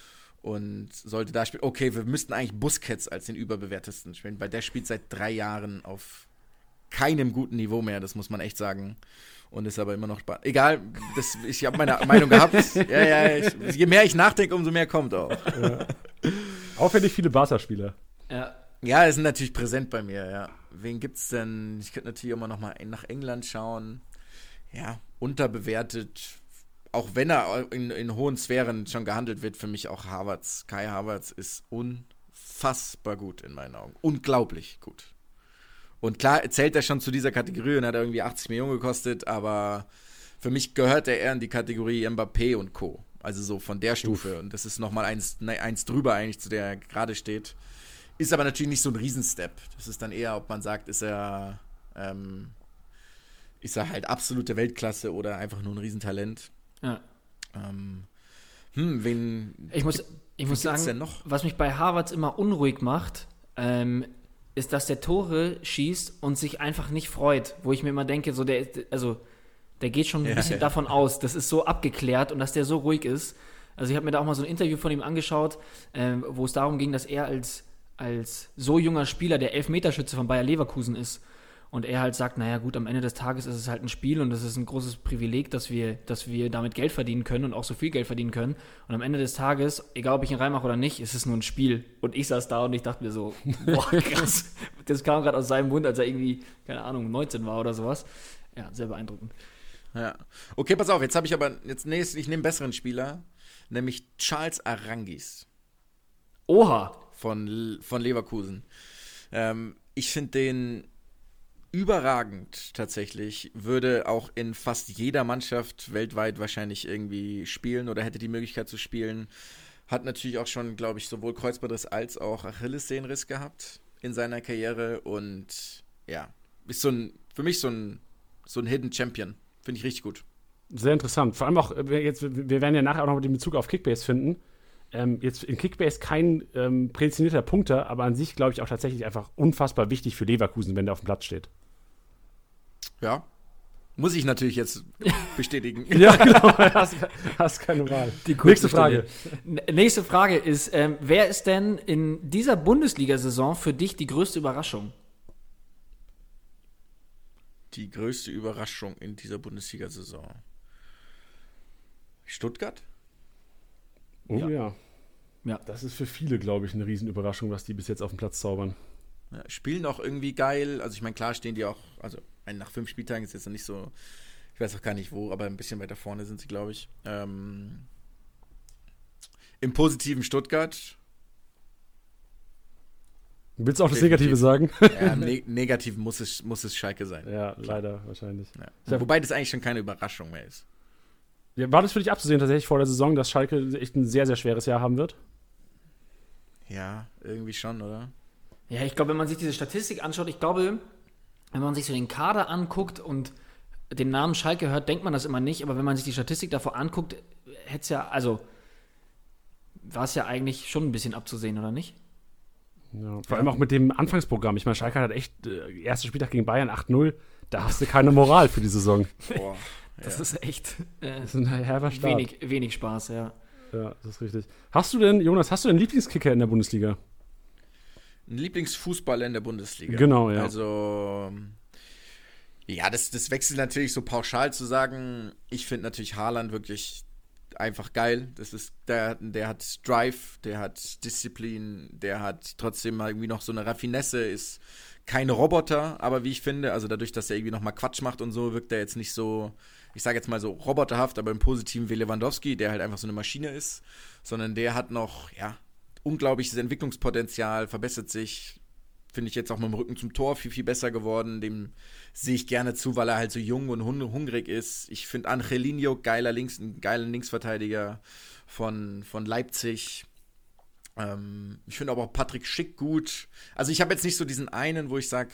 Und sollte da spielen. Okay, wir müssten eigentlich Busquets als den überbewertesten spielen, weil der spielt seit drei Jahren auf keinem guten Niveau mehr, das muss man echt sagen. Und ist aber immer noch spannend. Egal, das, ich habe meine Meinung gehabt. Ja, ja, ich, je mehr ich nachdenke, umso mehr kommt auch. Ja. Auffällig viele Barca-Spieler. Ja. Ja, ist natürlich präsent bei mir, ja. Wen gibt's denn? Ich könnte natürlich immer noch mal nach England schauen. Ja, unterbewertet. Auch wenn er in, in hohen Sphären schon gehandelt wird, für mich auch Havertz. Kai Havertz ist unfassbar gut in meinen Augen. Unglaublich gut. Und klar, zählt er schon zu dieser Kategorie und hat irgendwie achtzig Millionen gekostet, aber für mich gehört er eher in die Kategorie Mbappé und Co. Also so von der Stufe. Uff. Und das ist nochmal eins, ne, eins drüber eigentlich, zu der er gerade steht. Ist aber natürlich nicht so ein Riesenstep. Das ist dann eher, ob man sagt, ist er, ähm, ist er halt absolute Weltklasse oder einfach nur ein Riesentalent. Ja. Ähm, hm, wen. Ich muss, ich muss sagen, denn noch? was mich bei Havertz immer unruhig macht, ähm, ist, dass der Tore schießt und sich einfach nicht freut. Wo ich mir immer denke, so der, also der geht schon ein Ja, bisschen ja. davon aus, das ist so abgeklärt und dass der so ruhig ist. Also ich habe mir da auch mal so ein Interview von ihm angeschaut, ähm, wo es darum ging, dass er als, als so junger Spieler der Elfmeterschütze von Bayer Leverkusen ist. Und er halt sagt, naja gut, am Ende des Tages ist es halt ein Spiel und es ist ein großes Privileg, dass wir, dass wir damit Geld verdienen können und auch so viel Geld verdienen können. Und am Ende des Tages, egal ob ich ihn reinmache oder nicht, ist es nur ein Spiel. Und ich saß da und ich dachte mir so, boah, krass. Das kam gerade aus seinem Mund, als er irgendwie, keine Ahnung, neunzehn war oder sowas. Ja, sehr beeindruckend. Ja. Okay, pass auf, jetzt habe ich aber, jetzt nächst, ich nehme einen besseren Spieler, nämlich Charles Aránguiz Oha. von, von Leverkusen. Ähm, ich finde den überragend tatsächlich, würde auch in fast jeder Mannschaft weltweit wahrscheinlich irgendwie spielen oder hätte die Möglichkeit zu spielen. Hat natürlich auch schon, glaube ich, sowohl Kreuzbandriss als auch Achillessehnenriss gehabt in seiner Karriere und ja, ist so ein, für mich so ein, so ein Hidden Champion. Finde ich richtig gut. Sehr interessant. Vor allem auch, äh, jetzt, wir werden ja nachher auch noch den Bezug auf Kickbase finden. Ähm, jetzt in Kickbase kein ähm, prädestinierter Punkter, aber an sich, glaube ich, auch tatsächlich einfach unfassbar wichtig für Leverkusen, wenn der auf dem Platz steht. Ja. Muss ich natürlich jetzt bestätigen. Ja, genau. hast, hast keine Wahl. Die Nächste Frage. N- Nächste Frage ist, ähm, wer ist denn in dieser Bundesliga-Saison für dich die größte Überraschung? Die größte Überraschung in dieser Bundesliga-Saison. Stuttgart? Oh ja. Ja. ja. Das ist für viele, glaube ich, eine Riesenüberraschung, was die bis jetzt auf dem Platz zaubern. Ja, spielen auch irgendwie geil. Also ich meine, klar stehen die auch, also nach fünf Spieltagen ist jetzt noch nicht so, ich weiß auch gar nicht wo, aber ein bisschen weiter vorne sind sie, glaube ich. Ähm, Im positiven Stuttgart. Willst du auch das Definitiv. Negative sagen? Ja, im ne- Negativen muss es, muss es Schalke sein. Ja, leider, wahrscheinlich. Ja. Wobei das eigentlich schon keine Überraschung mehr ist. Ja, war das für dich abzusehen tatsächlich vor der Saison, dass Schalke echt ein sehr, sehr schweres Jahr haben wird? Ja, irgendwie schon, oder? Ja, ich glaube, wenn man sich diese Statistik anschaut, ich glaube, wenn man sich so den Kader anguckt und den Namen Schalke hört, denkt man das immer nicht, aber wenn man sich die Statistik davor anguckt, hätte es ja, also war es ja eigentlich schon ein bisschen abzusehen, oder nicht? Ja, vor allem auch mit dem Anfangsprogramm. Ich meine, Schalke hat echt äh, erster Spieltag gegen Bayern acht null. Da hast du keine Moral für die Saison. Boah. Das ja. ist echt äh, Das ist ein herber Start. wenig, wenig Spaß, ja. Ja, das ist richtig. Hast du denn, Jonas, hast du denn Lieblingskicker in der Bundesliga? Ein Lieblingsfußballer in der Bundesliga. Genau, ja. Also, ja, das, das wechselt natürlich so pauschal zu sagen. Ich finde natürlich Haaland wirklich einfach geil. Das ist, der, der hat Drive, der hat Disziplin, der hat trotzdem mal irgendwie noch so eine Raffinesse, ist kein Roboter, aber wie ich finde, also dadurch, dass er irgendwie nochmal Quatsch macht und so, wirkt er jetzt nicht so, ich sage jetzt mal so roboterhaft, aber im Positiven wie Lewandowski, der halt einfach so eine Maschine ist, sondern der hat noch, ja, unglaubliches Entwicklungspotenzial, verbessert sich, finde ich jetzt auch mit dem Rücken zum Tor viel, viel besser geworden. Dem sehe ich gerne zu, weil er halt so jung und hungrig ist. Ich finde Angelino geiler Links, ein geiler Linksverteidiger von, von Leipzig. Ähm, ich finde aber auch Patrick Schick gut. Also ich habe jetzt nicht so diesen einen, wo ich sage,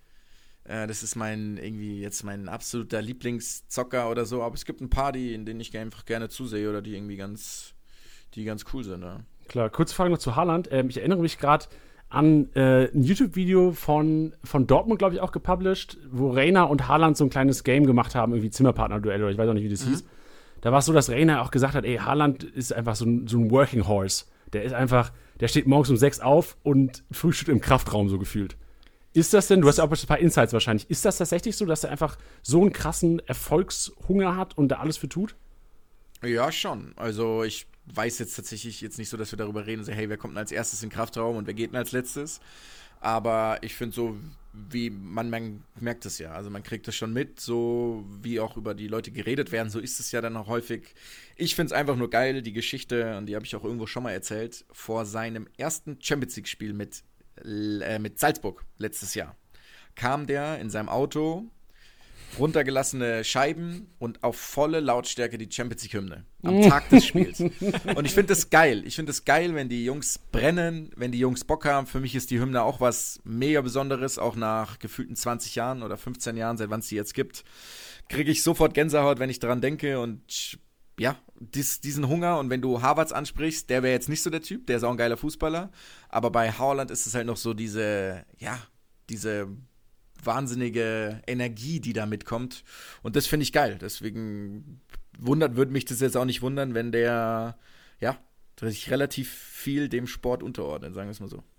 äh, das ist mein irgendwie jetzt mein absoluter Lieblingszocker oder so, aber es gibt ein paar, die, in denen ich einfach gerne zusehe oder die irgendwie ganz, die ganz cool sind. Ja. Klar, kurze Frage noch zu Haaland. Ähm, ich erinnere mich gerade an äh, ein YouTube-Video von, von Dortmund, glaube ich, auch gepublished, wo Reina und Haaland so ein kleines Game gemacht haben, irgendwie Zimmerpartner-Duell oder ich weiß auch nicht, wie das mhm. hieß. Da war es so, dass Reina auch gesagt hat, ey, Haaland ist einfach so ein, so ein Working Horse. Der ist einfach, der steht morgens um sechs auf und frühstückt im Kraftraum so gefühlt. Ist das denn, du hast ja auch ein paar Insights wahrscheinlich, ist das tatsächlich so, dass er einfach so einen krassen Erfolgshunger hat und da alles für tut? Ja, schon. Also ich weiß jetzt tatsächlich jetzt nicht so, dass wir darüber reden, so, hey, wer kommt denn als erstes in den Kraftraum und wer geht denn als letztes? Aber ich finde so, wie man, man merkt es ja, also man kriegt das schon mit, so wie auch über die Leute geredet werden, so ist es ja dann auch häufig. Ich finde es einfach nur geil, die Geschichte, und die habe ich auch irgendwo schon mal erzählt, vor seinem ersten Champions-League-Spiel mit, äh, mit Salzburg letztes Jahr kam der in seinem Auto, runtergelassene Scheiben und auf volle Lautstärke die Champions League-Hymne am Tag des Spiels. Und ich finde das geil. Ich finde das geil, wenn die Jungs brennen, wenn die Jungs Bock haben. Für mich ist die Hymne auch was mega Besonderes, auch nach gefühlten zwanzig Jahren oder fünfzehn Jahren, seit wann es die jetzt gibt, kriege ich sofort Gänsehaut, wenn ich daran denke und ja, dies, diesen Hunger. Und wenn du Havertz ansprichst, der wäre jetzt nicht so der Typ, der ist auch ein geiler Fußballer, aber bei Haaland ist es halt noch so diese, ja, diese wahnsinnige Energie, die da mitkommt. Und das finde ich geil. Deswegen wundert, würde mich das jetzt auch nicht wundern, wenn der, ja, sich relativ viel dem Sport unterordnet, sagen wir es mal so.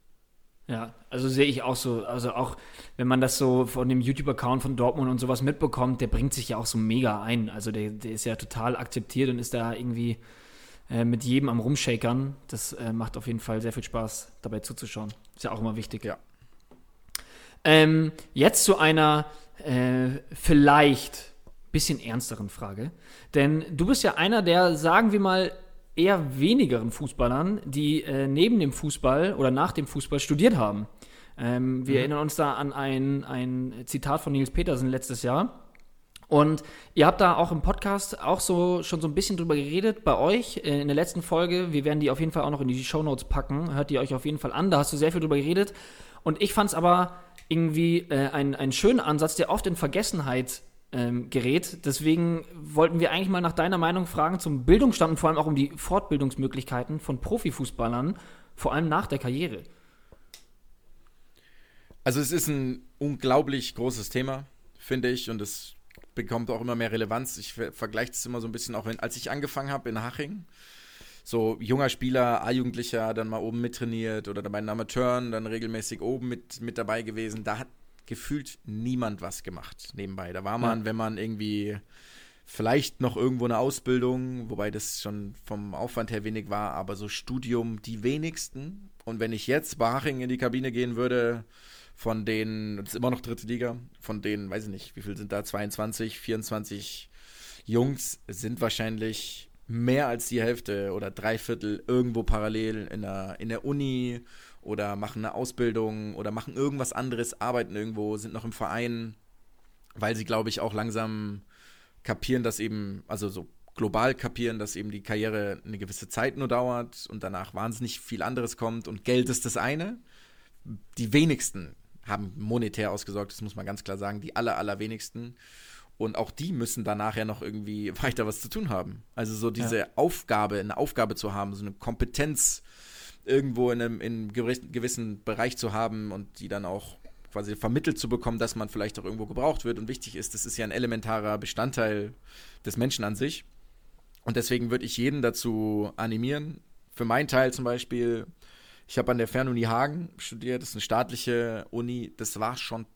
Ja, also sehe ich auch so, also auch, wenn man das so von dem YouTube-Account von Dortmund und sowas mitbekommt, der bringt sich ja auch so mega ein. Also der, der ist ja total akzeptiert und ist da irgendwie äh, mit jedem am Rumshakern. Das äh, macht auf jeden Fall sehr viel Spaß, dabei zuzuschauen. Ist ja auch immer wichtig. Ja. Ähm, jetzt zu einer äh, vielleicht bisschen ernsteren Frage. Denn du bist ja einer der, sagen wir mal, eher wenigeren Fußballern, die äh, neben dem Fußball oder nach dem Fußball studiert haben. Ähm, wir mhm. erinnern uns da an ein, ein Zitat von Nils Petersen letztes Jahr. Und ihr habt da auch im Podcast auch so schon so ein bisschen drüber geredet bei euch äh, in der letzten Folge. Wir werden die auf jeden Fall auch noch in die Shownotes packen. Hört die euch auf jeden Fall an. Da hast du sehr viel drüber geredet. Und ich fand es aber irgendwie äh, ein, ein schöner Ansatz, der oft in Vergessenheit ähm, gerät. Deswegen wollten wir eigentlich mal nach deiner Meinung fragen zum Bildungsstand und vor allem auch um die Fortbildungsmöglichkeiten von Profifußballern, vor allem nach der Karriere. Also es ist ein unglaublich großes Thema, finde ich, und es bekommt auch immer mehr Relevanz. Ich ver- vergleiche es immer so ein bisschen auch, in, als ich angefangen habe in Haching. So junger Spieler, A-Jugendlicher, dann mal oben mittrainiert oder bei den Amateuren, dann regelmäßig oben mit, mit dabei gewesen. Da hat gefühlt niemand was gemacht nebenbei. Da war man, ja. wenn man irgendwie vielleicht noch irgendwo eine Ausbildung, wobei das schon vom Aufwand her wenig war, aber so Studium die wenigsten. Und wenn ich jetzt bei Haching in die Kabine gehen würde, von denen, das ist immer noch dritte Liga, von denen, weiß ich nicht, wie viel sind da, zweiundzwanzig, vierundzwanzig Jungs, sind wahrscheinlich mehr als die Hälfte oder drei Viertel irgendwo parallel in der, in der Uni oder machen eine Ausbildung oder machen irgendwas anderes, arbeiten irgendwo, sind noch im Verein, weil sie, glaube ich, auch langsam kapieren, dass eben, also so global kapieren, dass eben die Karriere eine gewisse Zeit nur dauert und danach wahnsinnig viel anderes kommt und Geld ist das eine. Die wenigsten haben monetär ausgesorgt, das muss man ganz klar sagen, die aller, allerwenigsten. Und auch die müssen danach ja noch irgendwie weiter was zu tun haben. Also so diese ja. Aufgabe, eine Aufgabe zu haben, so eine Kompetenz irgendwo in einem, in einem gewissen Bereich zu haben und die dann auch quasi vermittelt zu bekommen, dass man vielleicht auch irgendwo gebraucht wird und wichtig ist. Das ist ja ein elementarer Bestandteil des Menschen an sich. Und deswegen würde ich jeden dazu animieren. Für meinen Teil zum Beispiel, ich habe an der Fernuni Hagen studiert, das ist eine staatliche Uni, das war schon tough.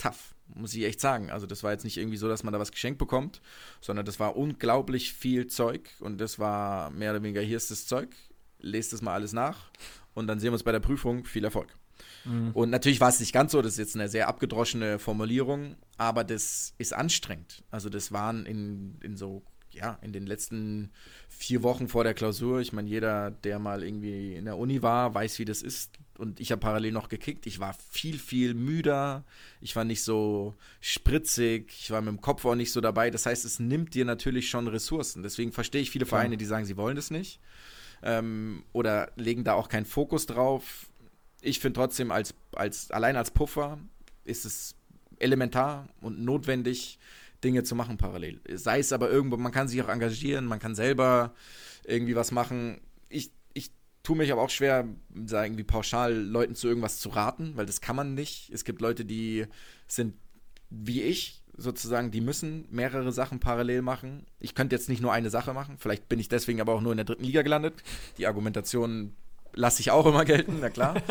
muss ich echt sagen. Also das war jetzt nicht irgendwie so, dass man da was geschenkt bekommt, sondern das war unglaublich viel Zeug und das war mehr oder weniger, hier ist das Zeug, lest das mal alles nach und dann sehen wir uns bei der Prüfung. Viel Erfolg. Mhm. Und natürlich war es nicht ganz so, das ist jetzt eine sehr abgedroschene Formulierung, aber das ist anstrengend. Also das waren in, in so, ja, in den letzten vier Wochen vor der Klausur, ich meine, jeder, der mal irgendwie in der Uni war, weiß, wie das ist. Und ich habe parallel noch gekickt. Ich war viel, viel müder. Ich war nicht so spritzig. Ich war mit dem Kopf auch nicht so dabei. Das heißt, es nimmt dir natürlich schon Ressourcen. Deswegen verstehe ich viele Vereine, die sagen, sie wollen das nicht. Ähm, oder legen da auch keinen Fokus drauf. Ich finde trotzdem, als, als, allein als Puffer ist es elementar und notwendig, Dinge zu machen parallel. Sei es aber irgendwo, man kann sich auch engagieren, man kann selber irgendwie was machen. Ich, ich tue mich aber auch schwer, sagen wie pauschal Leuten zu irgendwas zu raten, weil das kann man nicht. Es gibt Leute, die sind wie ich sozusagen, die müssen mehrere Sachen parallel machen. Ich könnte jetzt nicht nur eine Sache machen, vielleicht bin ich deswegen aber auch nur in der dritten Liga gelandet. Die Argumentation lasse ich auch immer gelten, na klar.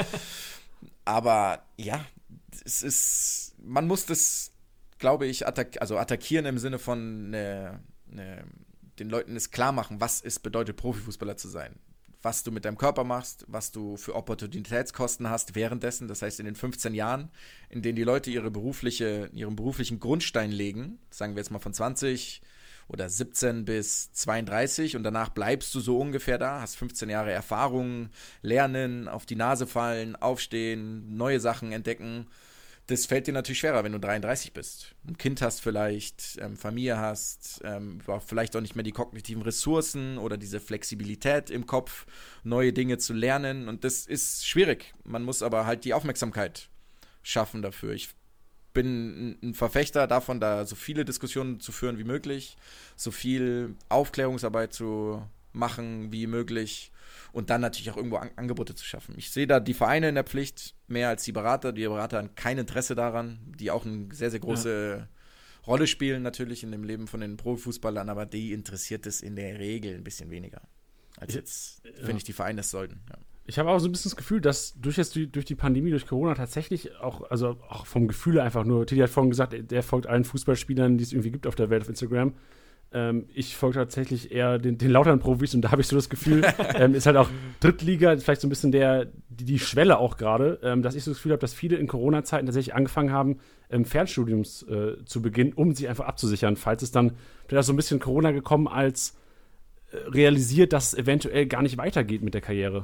Aber ja, es ist, man muss das, glaube ich, attack- also attackieren im Sinne von ne, ne, den Leuten es klar machen, was es bedeutet, Profifußballer zu sein. Was du mit deinem Körper machst, was du für Opportunitätskosten hast währenddessen. Das heißt, in den fünfzehn Jahren, in denen die Leute ihre berufliche, ihren beruflichen Grundstein legen, sagen wir jetzt mal von zwanzig oder siebzehn bis zweiunddreißig und danach bleibst du so ungefähr da, hast fünfzehn Jahre Erfahrung, lernen, auf die Nase fallen, aufstehen, neue Sachen entdecken. Das fällt dir natürlich schwerer, wenn du dreiunddreißig bist. Ein Kind hast vielleicht, ähm, Familie hast, ähm, vielleicht auch nicht mehr die kognitiven Ressourcen oder diese Flexibilität im Kopf, neue Dinge zu lernen. Und das ist schwierig. Man muss aber halt die Aufmerksamkeit schaffen dafür. Ich bin ein Verfechter davon, da so viele Diskussionen zu führen wie möglich, so viel Aufklärungsarbeit zu machen wie möglich und dann natürlich auch irgendwo An- Angebote zu schaffen. Ich sehe da die Vereine in der Pflicht mehr als die Berater. Die Berater haben kein Interesse daran, die auch eine sehr, sehr große ja. Rolle spielen natürlich in dem Leben von den Profifußballern, aber die interessiert es in der Regel ein bisschen weniger, als jetzt, ja. finde ich, die Vereine es sollten. Ja. Ich habe auch so ein bisschen das Gefühl, dass durch, jetzt die, durch die Pandemie, durch Corona tatsächlich auch, also auch vom Gefühl einfach nur, Titi hat vorhin gesagt, der folgt allen Fußballspielern, die es irgendwie gibt auf der Welt auf Instagram. Ähm, ich folge tatsächlich eher den, den lauteren Profis und da habe ich so das Gefühl, ähm, ist halt auch Drittliga, vielleicht so ein bisschen der, die, die Schwelle auch gerade, ähm, dass ich so das Gefühl habe, dass viele in Corona-Zeiten tatsächlich angefangen haben, ähm, Fernstudiums äh, zu beginnen, um sich einfach abzusichern, falls es dann, vielleicht so ein bisschen Corona gekommen als äh, realisiert, dass es eventuell gar nicht weitergeht mit der Karriere.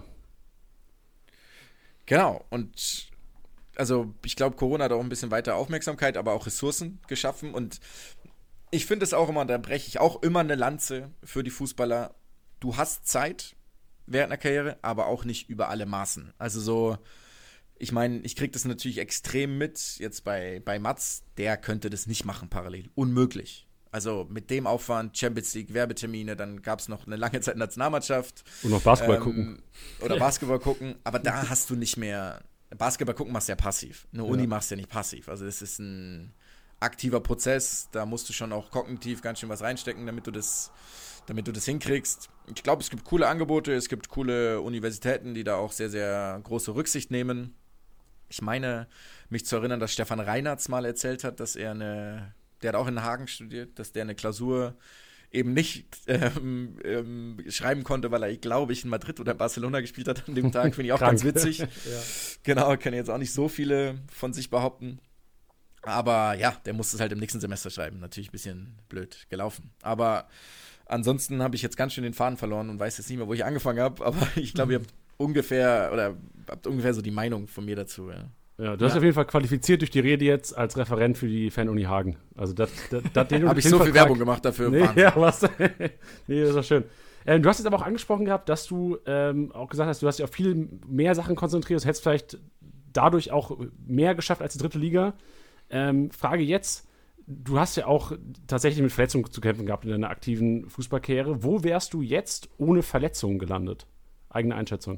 Genau, und also ich glaube, Corona hat auch ein bisschen weiter Aufmerksamkeit, aber auch Ressourcen geschaffen und ich finde es auch immer, da breche ich auch immer eine Lanze für die Fußballer. Du hast Zeit während einer Karriere, aber auch nicht über alle Maßen. Also so, ich meine, ich kriege das natürlich extrem mit, jetzt bei, bei Mats, der könnte das nicht machen parallel. Unmöglich. Also mit dem Aufwand, Champions League, Werbetermine, dann gab es noch eine lange Zeit Nationalmannschaft. Und noch Basketball ähm, gucken. Oder Basketball gucken, aber da hast du nicht mehr, Basketball gucken machst du ja passiv. Eine Uni ja. machst du ja nicht passiv. Also das ist ein aktiver Prozess, da musst du schon auch kognitiv ganz schön was reinstecken, damit du das, damit du das hinkriegst. Ich glaube, es gibt coole Angebote, es gibt coole Universitäten, die da auch sehr, sehr große Rücksicht nehmen. Ich meine, mich zu erinnern, dass Stefan Reinartz mal erzählt hat, dass er eine, der hat auch in Hagen studiert, dass der eine Klausur eben nicht ähm, ähm, schreiben konnte, weil er, glaube ich, in Madrid oder Barcelona gespielt hat an dem Tag. Finde ich auch ganz witzig. Ja. Genau, können jetzt auch nicht so viele von sich behaupten. Aber ja, der musste es halt im nächsten Semester schreiben. Natürlich ein bisschen blöd gelaufen. Aber ansonsten habe ich jetzt ganz schön den Faden verloren und weiß jetzt nicht mehr, wo ich angefangen habe. Aber ich glaube, ihr habt ungefähr oder habt ungefähr so die Meinung von mir dazu. Ja, ja du hast ja. auf jeden Fall qualifiziert durch die Rede jetzt als Referent für die Fan-Uni Hagen. Also das, das, das habe ich so viel Werbung gemacht dafür. Nee, ja, was? Nee, das ist doch schön. Ähm, du hast jetzt aber auch angesprochen gehabt, dass du ähm, auch gesagt hast, du hast dich auf viel mehr Sachen konzentriert. Du hättest vielleicht dadurch auch mehr geschafft als die dritte Liga. Ähm, Frage jetzt, du hast ja auch tatsächlich mit Verletzungen zu kämpfen gehabt in deiner aktiven Fußballkarriere. Wo wärst du jetzt ohne Verletzungen gelandet? Eigene Einschätzung.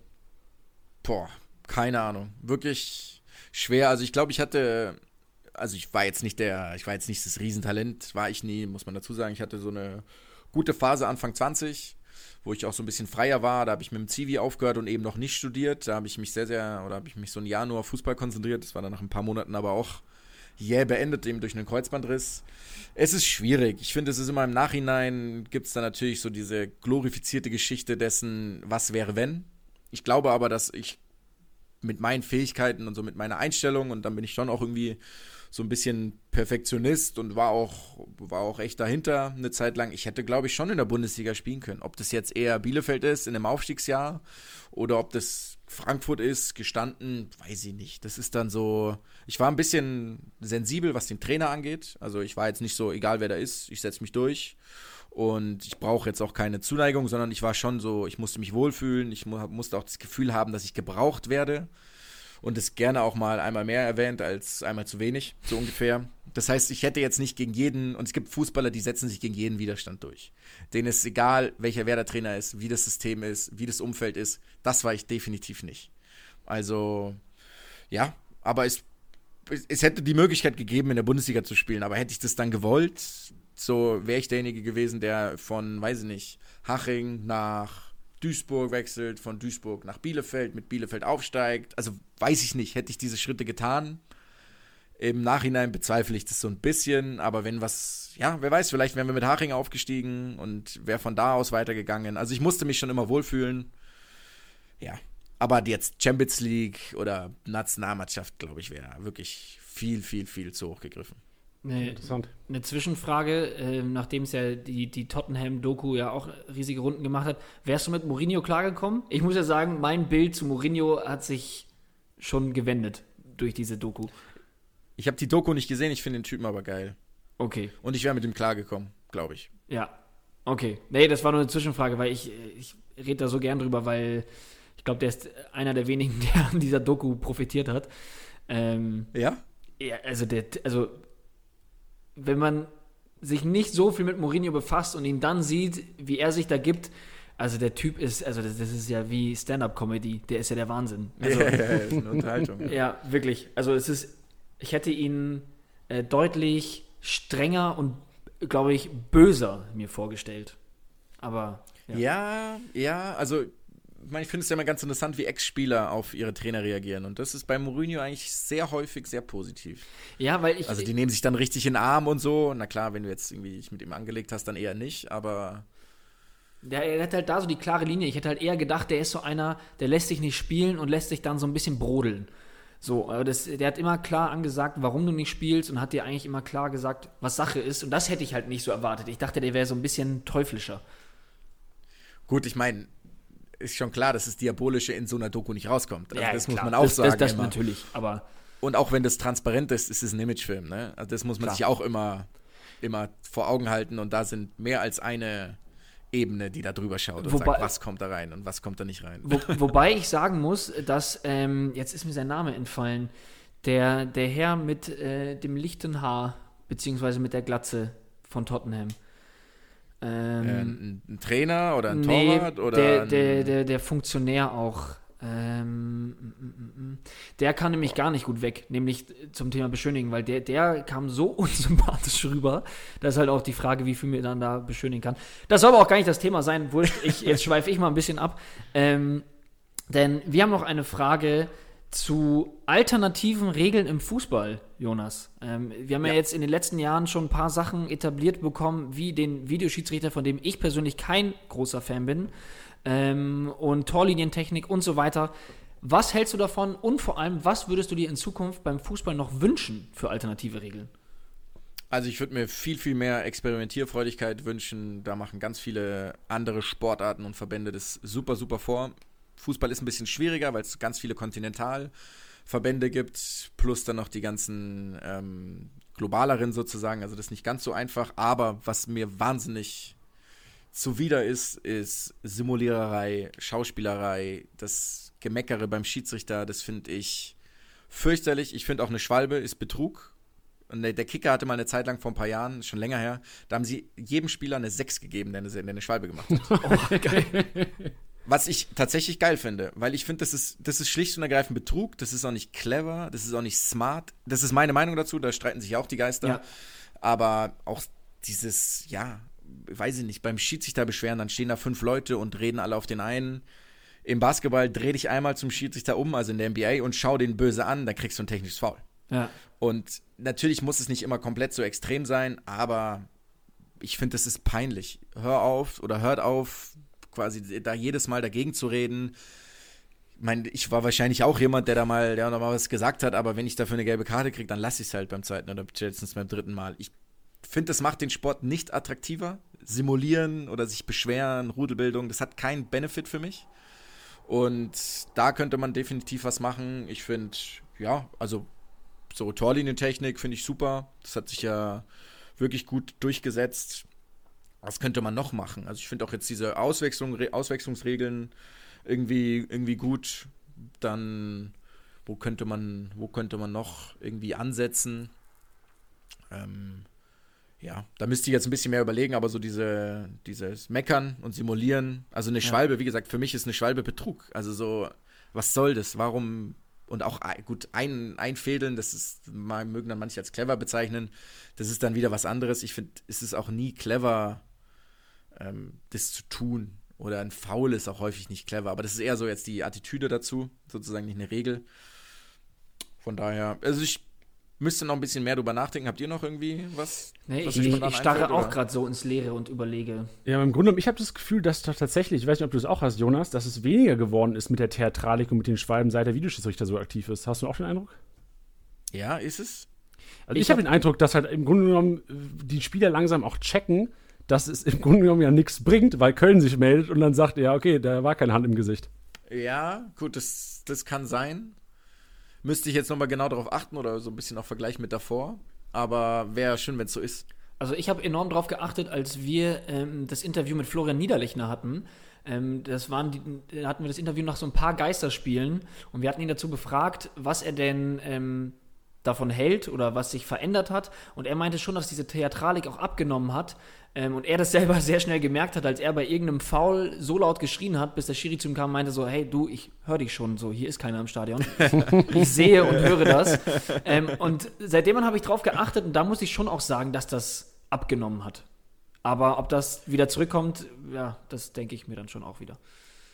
Boah, keine Ahnung. Wirklich schwer. Also ich glaube, ich hatte, also ich war jetzt nicht der, ich war jetzt nicht das Riesentalent, war ich nie, muss man dazu sagen. Ich hatte so eine gute Phase Anfang zwanzig, wo ich auch so ein bisschen freier war. Da habe ich mit dem Zivi aufgehört und eben noch nicht studiert. Da habe ich mich sehr, sehr, oder habe ich mich so ein Jahr nur auf Fußball konzentriert. Das war dann nach ein paar Monaten aber auch jäh beendet, eben durch einen Kreuzbandriss. Es ist schwierig. Ich finde, es ist immer im Nachhinein, gibt es da natürlich so diese glorifizierte Geschichte dessen, was wäre, wenn. Ich glaube aber, dass ich mit meinen Fähigkeiten und so mit meiner Einstellung, und dann bin ich schon auch irgendwie so ein bisschen Perfektionist und war auch, war auch echt dahinter eine Zeit lang. Ich hätte, glaube ich, schon in der Bundesliga spielen können. Ob das jetzt eher Bielefeld ist in einem Aufstiegsjahr oder ob das Frankfurt ist, gestanden, weiß ich nicht. Das ist dann so, ich war ein bisschen sensibel, was den Trainer angeht. Also ich war jetzt nicht so, egal wer da ist, ich setze mich durch. Und ich brauche jetzt auch keine Zuneigung, sondern ich war schon so, ich musste mich wohlfühlen, ich mu- musste auch das Gefühl haben, dass ich gebraucht werde. Und es gerne auch mal einmal mehr erwähnt als einmal zu wenig, so ungefähr. Das heißt, ich hätte jetzt nicht gegen jeden, und es gibt Fußballer, die setzen sich gegen jeden Widerstand durch. Denen ist egal, welcher Werder-Trainer ist, wie das System ist, wie das Umfeld ist. Das war ich definitiv nicht. Also, ja, aber es, es, es hätte die Möglichkeit gegeben, in der Bundesliga zu spielen. Aber hätte ich das dann gewollt, so wäre ich derjenige gewesen, der von, weiß ich nicht, Haching nach Duisburg wechselt, von Duisburg nach Bielefeld, mit Bielefeld aufsteigt. Also weiß ich nicht, hätte ich diese Schritte getan. Im Nachhinein bezweifle ich das so ein bisschen, aber wenn was, ja, wer weiß, vielleicht wären wir mit Haching aufgestiegen und wäre von da aus weitergegangen. Also ich musste mich schon immer wohlfühlen. Ja, aber jetzt Champions League oder Nationalmannschaft, glaube ich, wäre wirklich viel, viel, viel zu hoch gegriffen. Eine, Interessant. eine Zwischenfrage, äh, nachdem es ja die, die Tottenham-Doku ja auch riesige Runden gemacht hat. Wärst du mit Mourinho klargekommen? Ich muss ja sagen, mein Bild zu Mourinho hat sich schon gewendet durch diese Doku. Ich habe die Doku nicht gesehen, ich finde den Typen aber geil. Okay. Und ich wäre mit ihm klargekommen, glaube ich. Ja, okay. Nee, das war nur eine Zwischenfrage, weil ich, ich rede da so gern drüber, weil ich glaube, der ist einer der wenigen, der an dieser Doku profitiert hat. Ähm, Ja? ja, also der, also wenn man sich nicht so viel mit Mourinho befasst und ihn dann sieht, wie er sich da gibt, also der Typ ist, also das, das ist ja wie Stand-Up-Comedy, der ist ja der Wahnsinn. Also, ja, ja, ja, ist eine Unterhaltung. ja, wirklich. Also es ist, ich hätte ihn äh, deutlich strenger und, glaube ich, böser mir vorgestellt. Aber, ja. Ja, ja, also ich meine, ich finde es ja immer ganz interessant, wie Ex-Spieler auf ihre Trainer reagieren. Und das ist bei Mourinho eigentlich sehr häufig sehr positiv. Ja, weil ich... Also die nehmen sich dann richtig in den Arm und so. Na klar, wenn du jetzt irgendwie dich mit ihm angelegt hast, dann eher nicht, aber... Ja, er hat halt da so die klare Linie. Ich hätte halt eher gedacht, der ist so einer, der lässt sich nicht spielen und lässt sich dann so ein bisschen brodeln. So, aber das, der hat immer klar angesagt, warum du nicht spielst und hat dir eigentlich immer klar gesagt, was Sache ist. Und das hätte ich halt nicht so erwartet. Ich dachte, der wäre so ein bisschen teuflischer. Gut, ich meine, ist schon klar, dass das Diabolische in so einer Doku nicht rauskommt. Also ja, das klar. muss man auch das, sagen. Das, das immer. natürlich, aber... Und auch wenn das transparent ist, ist es ein Imagefilm, ne? Also das muss man Klar. sich auch immer, immer vor Augen halten. Und da sind mehr als eine Ebene, die da drüber schaut und Wobei- sagt, was kommt da rein und was kommt da nicht rein. Wo, wobei ich sagen muss, dass, ähm, jetzt ist mir sein Name entfallen, der, der Herr mit äh, dem lichten Haar, beziehungsweise mit der Glatze von Tottenham. Ähm, Äh, ein, ein Trainer oder ein nee, Torwart? Oder der, ein, der, der, der Funktionär auch. Ähm, mm, mm, mm. Der kam nämlich gar nicht gut weg, nämlich zum Thema Beschönigen, weil der, der kam so unsympathisch rüber. Da ist halt auch die Frage, wie viel man dann da beschönigen kann. Das soll aber auch gar nicht das Thema sein. Wurscht, ich, jetzt schweife ich mal ein bisschen ab. Ähm, denn wir haben noch eine Frage zu alternativen Regeln im Fußball, Jonas. Ähm, wir haben ja. Ja. jetzt in den letzten Jahren schon ein paar Sachen etabliert bekommen, wie den Videoschiedsrichter, von dem ich persönlich kein großer Fan bin, ähm, und Torlinientechnik und so weiter. Was hältst du davon und vor allem, was würdest du dir in Zukunft beim Fußball noch wünschen für alternative Regeln? Also ich würde mir viel, viel mehr Experimentierfreudigkeit wünschen. Da machen ganz viele andere Sportarten und Verbände das super, super vor. Fußball ist ein bisschen schwieriger, weil es ganz viele Kontinentalverbände gibt, plus dann noch die ganzen ähm, globaleren sozusagen. Also das ist nicht ganz so einfach. Aber was mir wahnsinnig zuwider ist, ist Simuliererei, Schauspielerei, das Gemeckere beim Schiedsrichter. Das finde ich fürchterlich. Ich finde auch eine Schwalbe ist Betrug. Und der, der Kicker hatte mal eine Zeit lang vor ein paar Jahren, schon länger her, da haben sie jedem Spieler eine sechs gegeben, der eine, der eine Schwalbe gemacht hat. Oh, geil. Was ich tatsächlich geil finde, weil ich finde, das ist, das ist schlicht und ergreifend Betrug, das ist auch nicht clever, das ist auch nicht smart. Das ist meine Meinung dazu, da streiten sich auch die Geister. Ja. Aber auch dieses, ja, weiß ich nicht, beim Schiedsrichter beschweren, dann stehen da fünf Leute und reden alle auf den einen. Im Basketball dreh dich einmal zum Schiedsrichter um, also in der N B A, und schau den böse an, dann kriegst du ein technisches Foul. Ja. Und natürlich muss es nicht immer komplett so extrem sein, aber ich finde, es ist peinlich. Hör auf oder hört auf, quasi da jedes Mal dagegen zu reden. Ich meine, ich war wahrscheinlich auch jemand, der da mal, der noch mal was gesagt hat, aber wenn ich dafür eine gelbe Karte kriege, dann lasse ich es halt beim zweiten oder spätestens beim dritten Mal. Ich finde, das macht den Sport nicht attraktiver. Simulieren oder sich beschweren, Rudelbildung, das hat keinen Benefit für mich. Und da könnte man definitiv was machen. Ich finde, ja, also so Torlinientechnik finde ich super. Das hat sich ja wirklich gut durchgesetzt. Was könnte man noch machen? Also ich finde auch jetzt diese Auswechslung, Auswechslungsregeln irgendwie, irgendwie gut. Dann, wo könnte man, wo könnte man noch irgendwie ansetzen? Ähm, ja, da müsste ich jetzt ein bisschen mehr überlegen, aber so diese, dieses Meckern und Simulieren, also eine Schwalbe, ja. Wie gesagt, für mich ist eine Schwalbe Betrug. Also so, was soll das? Warum? Und auch, gut, ein, einfädeln, das ist, mögen dann manche als clever bezeichnen, das ist dann wieder was anderes. Ich finde, es ist auch nie clever, ähm, das zu tun. Oder ein Foul ist auch häufig nicht clever. Aber das ist eher so jetzt die Attitüde dazu, sozusagen nicht eine Regel. Von daher, also ich müsste noch ein bisschen mehr drüber nachdenken. Habt ihr noch irgendwie was? Nee, was ich, ich, ich starre auch gerade so ins Leere und überlege. Ja, im Grunde, ich habe das Gefühl, dass doch tatsächlich, ich weiß nicht, ob du es auch hast, Jonas, dass es weniger geworden ist mit der Theatralik und mit den Schwalben, seit der Videoschiedsrichter so aktiv ist. Hast du auch den Eindruck? Ja, ist es? Also ich, ich habe hab den Eindruck, dass halt im Grunde genommen die Spieler langsam auch checken, dass es im Grunde genommen ja nichts bringt, weil Köln sich meldet und dann sagt, ja, okay, da war keine Hand im Gesicht. Ja, gut, das, das kann sein. Müsste ich jetzt nochmal genau darauf achten oder so ein bisschen auch vergleichen mit davor. Aber wäre schön, wenn es so ist. Also ich habe enorm drauf geachtet, als wir ähm, das Interview mit Florian Niederlechner hatten. Ähm, das waren die, da hatten wir das Interview nach so ein paar Geisterspielen und wir hatten ihn dazu befragt, was er denn ähm, davon hält oder was sich verändert hat. Und er meinte schon, dass diese Theatralik auch abgenommen hat. Ähm, und er das selber sehr schnell gemerkt hat, als er bei irgendeinem Foul so laut geschrien hat, bis der Schiri zu ihm kam und meinte so, hey du, ich höre dich schon, so, hier ist keiner im Stadion. Ich sehe und höre das. Ähm, und seitdem habe ich drauf geachtet und da muss ich schon auch sagen, dass das abgenommen hat. Aber ob das wieder zurückkommt, ja, das denke ich mir dann schon auch wieder.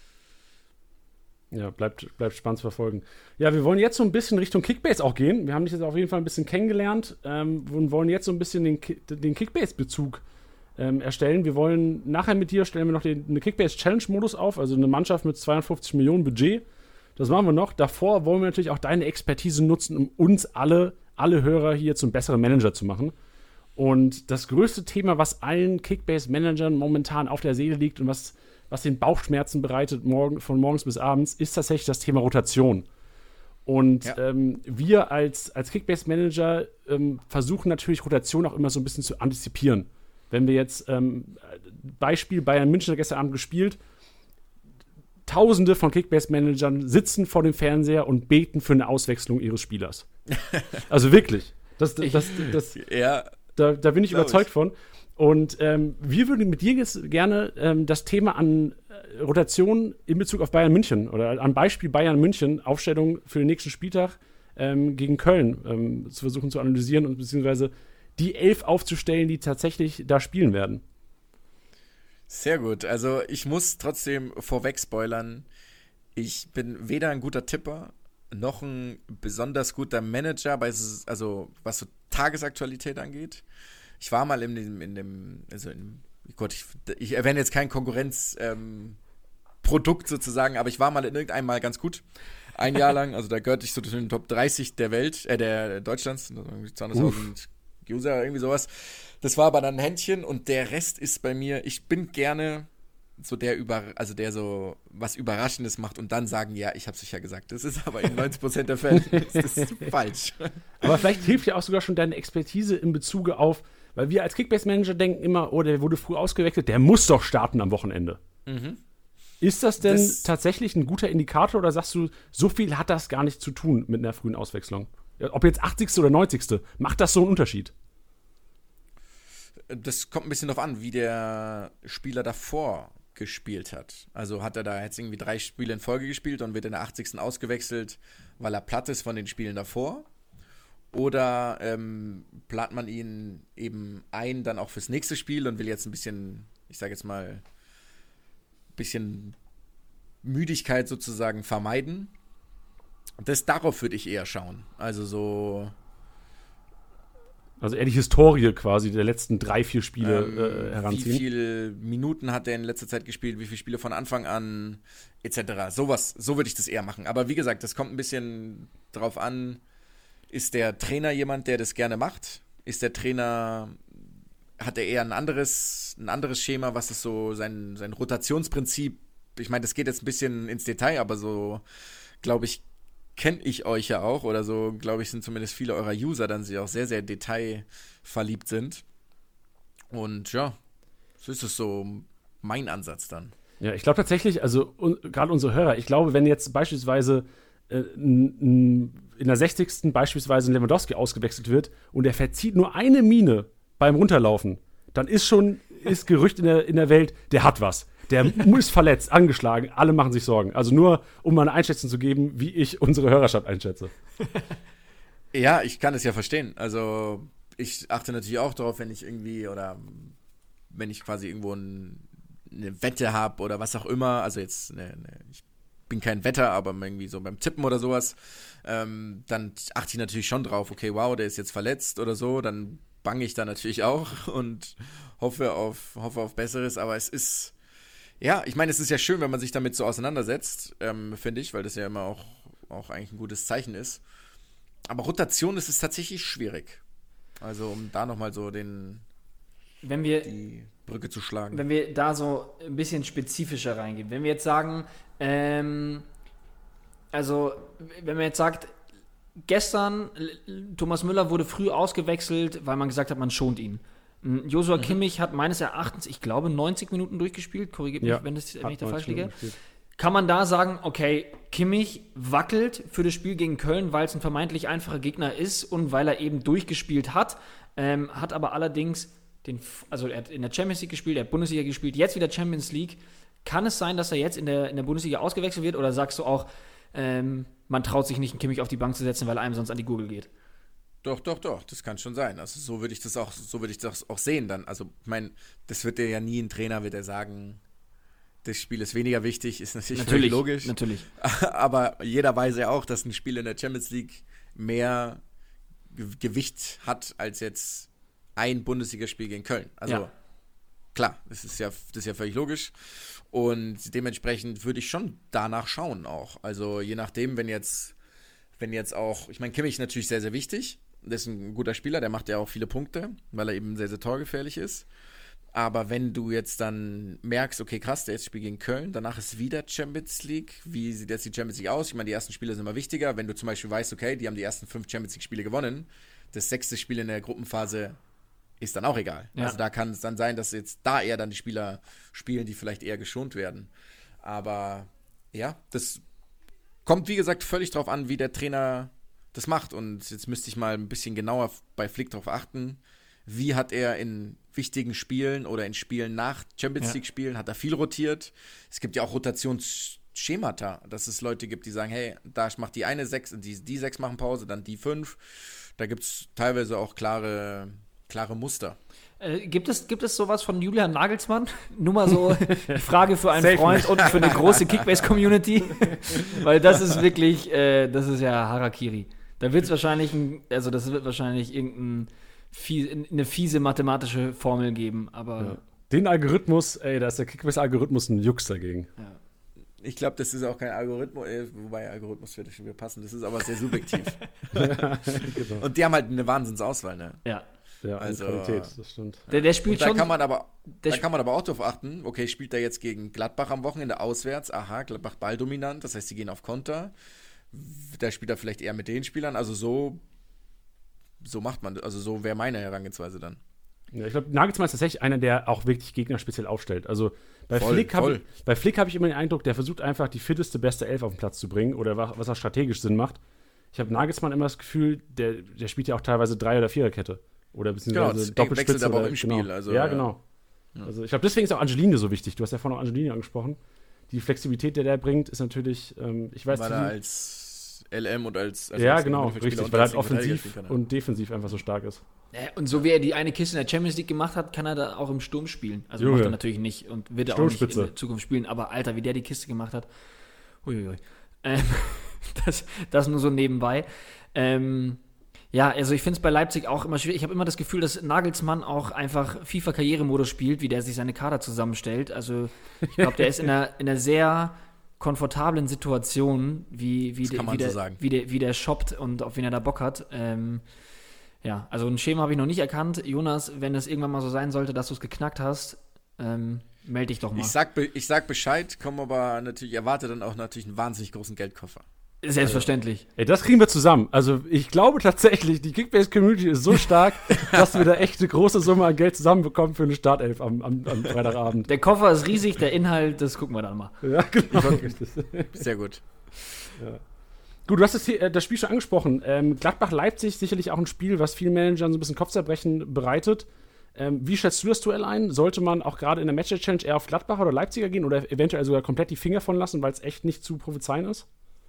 Ja, bleibt, bleibt spannend zu verfolgen. Ja, wir wollen jetzt so ein bisschen Richtung Kickbase auch gehen. Wir haben dich jetzt auf jeden Fall ein bisschen kennengelernt ähm, und wollen jetzt so ein bisschen den, den Kickbase-Bezug ähm, erstellen. Wir wollen nachher mit dir, stellen wir noch den, eine Kickbase-Challenge-Modus auf, also eine Mannschaft mit zweiundfünfzig Millionen Budget. Das machen wir noch. Davor wollen wir natürlich auch deine Expertise nutzen, um uns alle, alle Hörer hier zum besseren Manager zu machen. Und das größte Thema, was allen Kickbase-Managern momentan auf der Seele liegt und was was den Bauchschmerzen bereitet, morgen, von morgens bis abends, ist tatsächlich das Thema Rotation. Und ja. ähm, wir als, als Kickbase-Manager ähm, versuchen natürlich Rotation auch immer so ein bisschen zu antizipieren. Wenn wir jetzt, ähm, Beispiel, Bayern München hat gestern Abend gespielt, Tausende von Kickbase-Managern sitzen vor dem Fernseher und beten für eine Auswechslung ihres Spielers. Also wirklich. Das, das, das, das, ja, da, da bin ich überzeugt ich. von. Und ähm, wir würden mit dir jetzt gerne ähm, das Thema an äh, Rotation in Bezug auf Bayern München oder am Beispiel Bayern München, Aufstellung für den nächsten Spieltag ähm, gegen Köln ähm, zu versuchen zu analysieren und beziehungsweise die Elf aufzustellen, die tatsächlich da spielen werden. Sehr gut. Also ich muss trotzdem vorweg spoilern. Ich bin weder ein guter Tipper noch ein besonders guter Manager, bei, also was so Tagesaktualität angeht. Ich war mal in dem, in dem also in, Gott, ich, ich erwähne jetzt kein Konkurrenzprodukt ähm, sozusagen, aber ich war mal in irgendeinem Mal ganz gut. Ein Jahr lang, also da gehörte ich so zu den Top dreißig der Welt, äh, der Deutschlands, zweihunderttausend User, irgendwie sowas. Das war aber dann ein Händchen und der Rest ist bei mir, ich bin gerne so der über, also der so was Überraschendes macht und dann sagen, ja, ich hab's euch ja gesagt. Das ist aber in neunzig Prozent der Fälle ist das falsch. Aber vielleicht hilft ja auch sogar schon deine Expertise in Bezug auf, weil wir als Kickbase-Manager denken immer, oh, der wurde früh ausgewechselt, der muss doch starten am Wochenende. Mhm. Ist das denn das tatsächlich ein guter Indikator oder sagst du, so viel hat das gar nicht zu tun mit einer frühen Auswechslung? Ob jetzt achtzigste oder neunzigste Macht das so einen Unterschied? Das kommt ein bisschen darauf an, wie der Spieler davor gespielt hat. Also hat er da jetzt irgendwie drei Spiele in Folge gespielt und wird in der achtzigsten ausgewechselt, weil er platt ist von den Spielen davor? Oder ähm, plant man ihn eben ein dann auch fürs nächste Spiel und will jetzt ein bisschen, ich sage jetzt mal, ein bisschen Müdigkeit sozusagen vermeiden? Das, darauf würde ich eher schauen. Also so, Also eher die Historie quasi der letzten drei, vier Spiele ähm, äh, heranziehen. Wie viele Minuten hat er in letzter Zeit gespielt, wie viele Spiele von Anfang an, et cetera. Sowas, so würde ich das eher machen. Aber wie gesagt, das kommt ein bisschen drauf an, ist der Trainer jemand, der das gerne macht? Ist der Trainer, hat er eher ein anderes, ein anderes Schema, was ist so sein, sein Rotationsprinzip? Ich meine, das geht jetzt ein bisschen ins Detail, aber so, glaube ich, kenne ich euch ja auch, oder so, glaube ich, sind zumindest viele eurer User dann, die auch sehr, sehr detailverliebt sind. Und ja, so ist es so mein Ansatz dann. Ja, ich glaube tatsächlich, also un- gerade unsere Hörer, ich glaube, wenn jetzt beispielsweise äh, n- n- in der sechzigsten beispielsweise ein Lewandowski ausgewechselt wird und er verzieht nur eine Miene beim Runterlaufen, dann ist schon, ist Gerücht in der, in der Welt, der hat was. Der ist verletzt, angeschlagen, alle machen sich Sorgen. Also nur, um mal eine Einschätzung zu geben, wie ich unsere Hörerschaft einschätze. Ja, ich kann es ja verstehen. Also ich achte natürlich auch darauf, wenn ich irgendwie oder wenn ich quasi irgendwo ein, eine Wette habe oder was auch immer. Also jetzt, eine, eine, ich bin kein Wetter, aber irgendwie so beim Tippen oder sowas, ähm, dann achte ich natürlich schon drauf, okay, wow, der ist jetzt verletzt oder so, dann bange ich da natürlich auch und hoffe auf, hoffe auf Besseres, aber es ist ja, ich meine, es ist ja schön, wenn man sich damit so auseinandersetzt, ähm, finde ich, weil das ja immer auch, auch eigentlich ein gutes Zeichen ist. Aber Rotation ist es tatsächlich schwierig. Also, um da nochmal so den, wenn wir, die Brücke zu schlagen. Wenn wir da so ein bisschen spezifischer reingehen, wenn wir jetzt sagen, ähm, also, wenn man jetzt sagt, gestern, Thomas Müller wurde früh ausgewechselt, weil man gesagt hat, man schont ihn. Joshua Kimmich hat meines Erachtens, ich glaube, neunzig Minuten durchgespielt. Korrigiert mich, Ja, wenn, das, wenn ich da hat falsch liege. gespielt. Kann man da sagen, okay, Kimmich wackelt für das Spiel gegen Köln, weil es ein vermeintlich einfacher Gegner ist und weil er eben durchgespielt hat, ähm, hat aber allerdings den, also er hat in der Champions League gespielt, er hat Bundesliga gespielt, jetzt wieder Champions League. Kann es sein, dass er jetzt in der, in der Bundesliga ausgewechselt wird, oder sagst du auch, ähm, man traut sich nicht, einen Kimmich auf die Bank zu setzen, weil er einem sonst an die Gurgel geht? Doch, doch, doch, das kann schon sein. Also so würde ich das auch, so würde ich das auch sehen dann. Also ich meine, das wird dir ja nie ein Trainer, wird er sagen, das Spiel ist weniger wichtig, ist natürlich, natürlich logisch. Natürlich. Aber jeder weiß ja auch, dass ein Spiel in der Champions League mehr Ge- Gewicht hat als jetzt ein Bundesligaspiel gegen Köln. Also Ja. klar, das ist ja, das ist ja völlig logisch. Und dementsprechend würde ich schon danach schauen auch. Also je nachdem, wenn jetzt, wenn jetzt auch, ich meine, Kimmich ist natürlich sehr, sehr wichtig. Das ist ein guter Spieler, der macht ja auch viele Punkte, weil er eben sehr, sehr torgefährlich ist. Aber wenn du jetzt dann merkst, okay, krass, der jetzt spielt gegen Köln, danach ist wieder Champions League. Wie sieht jetzt die Champions League aus? Ich meine, die ersten Spiele sind immer wichtiger. Wenn du zum Beispiel weißt, okay, die haben die ersten fünf Champions League-Spiele gewonnen, das sechste Spiel in der Gruppenphase ist dann auch egal. Ja. Also da kann es dann sein, dass jetzt da eher dann die Spieler spielen, die vielleicht eher geschont werden. Aber ja, das kommt, wie gesagt, völlig drauf an, wie der Trainer das macht. Und jetzt müsste ich mal ein bisschen genauer bei Flick drauf achten. Wie hat er in wichtigen Spielen oder in Spielen nach Champions Ja. League-Spielen, hat er viel rotiert? Es gibt ja auch Rotationsschemata, dass es Leute gibt, die sagen, hey, da macht die eine sechs und die, die sechs machen Pause, dann die fünf. Da gibt es teilweise auch klare, klare Muster. Äh, gibt es, gibt es sowas von Julian Nagelsmann? Nur mal so die Frage für einen Safe Freund nicht. und für eine große Kickbase-Community. Weil das ist wirklich, äh, das ist ja Harakiri. Da wird es wahrscheinlich, ein, also das wird wahrscheinlich irgendein fie- eine fiese mathematische Formel geben, aber Ja. Den Algorithmus, ey, da ist der Kickbase-Algorithmus ein Jux dagegen. ja. Ich glaube, das ist auch kein Algorithmus, äh, wobei Algorithmus würde schon wieder passen, das ist aber sehr subjektiv. Genau. Und die haben halt eine Wahnsinnsauswahl, ne? ja. Ja, Also- also, Qualität, das stimmt. Der, der spielt Und da schon. kann man aber, der da sp- kann man aber auch drauf achten, okay, spielt er jetzt gegen Gladbach am Wochenende auswärts, aha, Gladbach balldominant, das heißt, sie gehen auf Konter, da spielt er vielleicht eher mit den Spielern, also so, so macht man, also so wäre meine Herangehensweise dann. Ja, ich glaube, Nagelsmann ist tatsächlich einer, der auch wirklich Gegner speziell aufstellt. Also bei Voll, Flick habe voll. ich, bei Flick hab ich immer den Eindruck, der versucht einfach die fitteste, beste Elf auf den Platz zu bringen oder wa- was auch strategisch Sinn macht. Ich habe Nagelsmann immer das Gefühl, der, der spielt ja auch teilweise Drei- oder Viererkette. Oder Genau, beziehungsweise das Doppelspitze. wechselt aber auch oder- im Spiel, Genau. also, ja, ja. genau. Also ich glaube, deswegen ist auch Angelino so wichtig. Du hast ja vorhin auch Angelino angesprochen. Die Flexibilität, die der bringt, ist natürlich, ähm, ich weiß Weil nicht, er wie- als L M und als, als ja, als genau, Mittelfeldspieler richtig, und weil er als halt Verteidiger offensiv spielen kann, ja. und defensiv einfach so stark ist. Ja, und so wie er die eine Kiste in der Champions League gemacht hat, kann er da auch im Sturm spielen. Also Junge. macht er natürlich nicht und wird er auch nicht in Sturmspitze. der Zukunft spielen. Aber Alter, wie der die Kiste gemacht hat. Uiuiui. Ähm, das, das nur so nebenbei. Ähm, Ja, also ich finde es bei Leipzig auch immer schwierig. Ich habe immer das Gefühl, dass Nagelsmann auch einfach FIFA-Karrieremodus spielt, wie der sich seine Kader zusammenstellt. Also ich glaube, der ist in einer, in einer sehr komfortablen Situation, wie, wie, Das de, kann man wie, der, so sagen. wie, der, wie der shoppt und auf wen er da Bock hat. Ähm, ja, also ein Schema habe ich noch nicht erkannt. Jonas, wenn es irgendwann mal so sein sollte, dass du es geknackt hast, ähm, melde dich doch mal. Ich sag, be- ich sag Bescheid, komme aber natürlich, erwarte dann auch natürlich einen wahnsinnig großen Geldkoffer. Selbstverständlich. Ey, das kriegen wir zusammen. Also ich glaube tatsächlich, die Kickbase-Community ist so stark, dass wir da echt eine große Summe an Geld zusammenbekommen für eine Startelf am, am, am Freitagabend. Der Koffer ist riesig, der Inhalt, das gucken wir dann mal. Ja, genau. Sehr gut. Ja. Gut, du hast das, hier, äh, das Spiel schon angesprochen. Ähm, Gladbach-Leipzig, sicherlich auch ein Spiel, was vielen Managern so ein bisschen Kopfzerbrechen bereitet. Ähm, wie schätzt du das Duell ein? Sollte man auch gerade in der Match-Challenge eher auf Gladbach oder Leipziger gehen oder eventuell sogar komplett die Finger von lassen, weil es echt nicht zu prophezeien ist?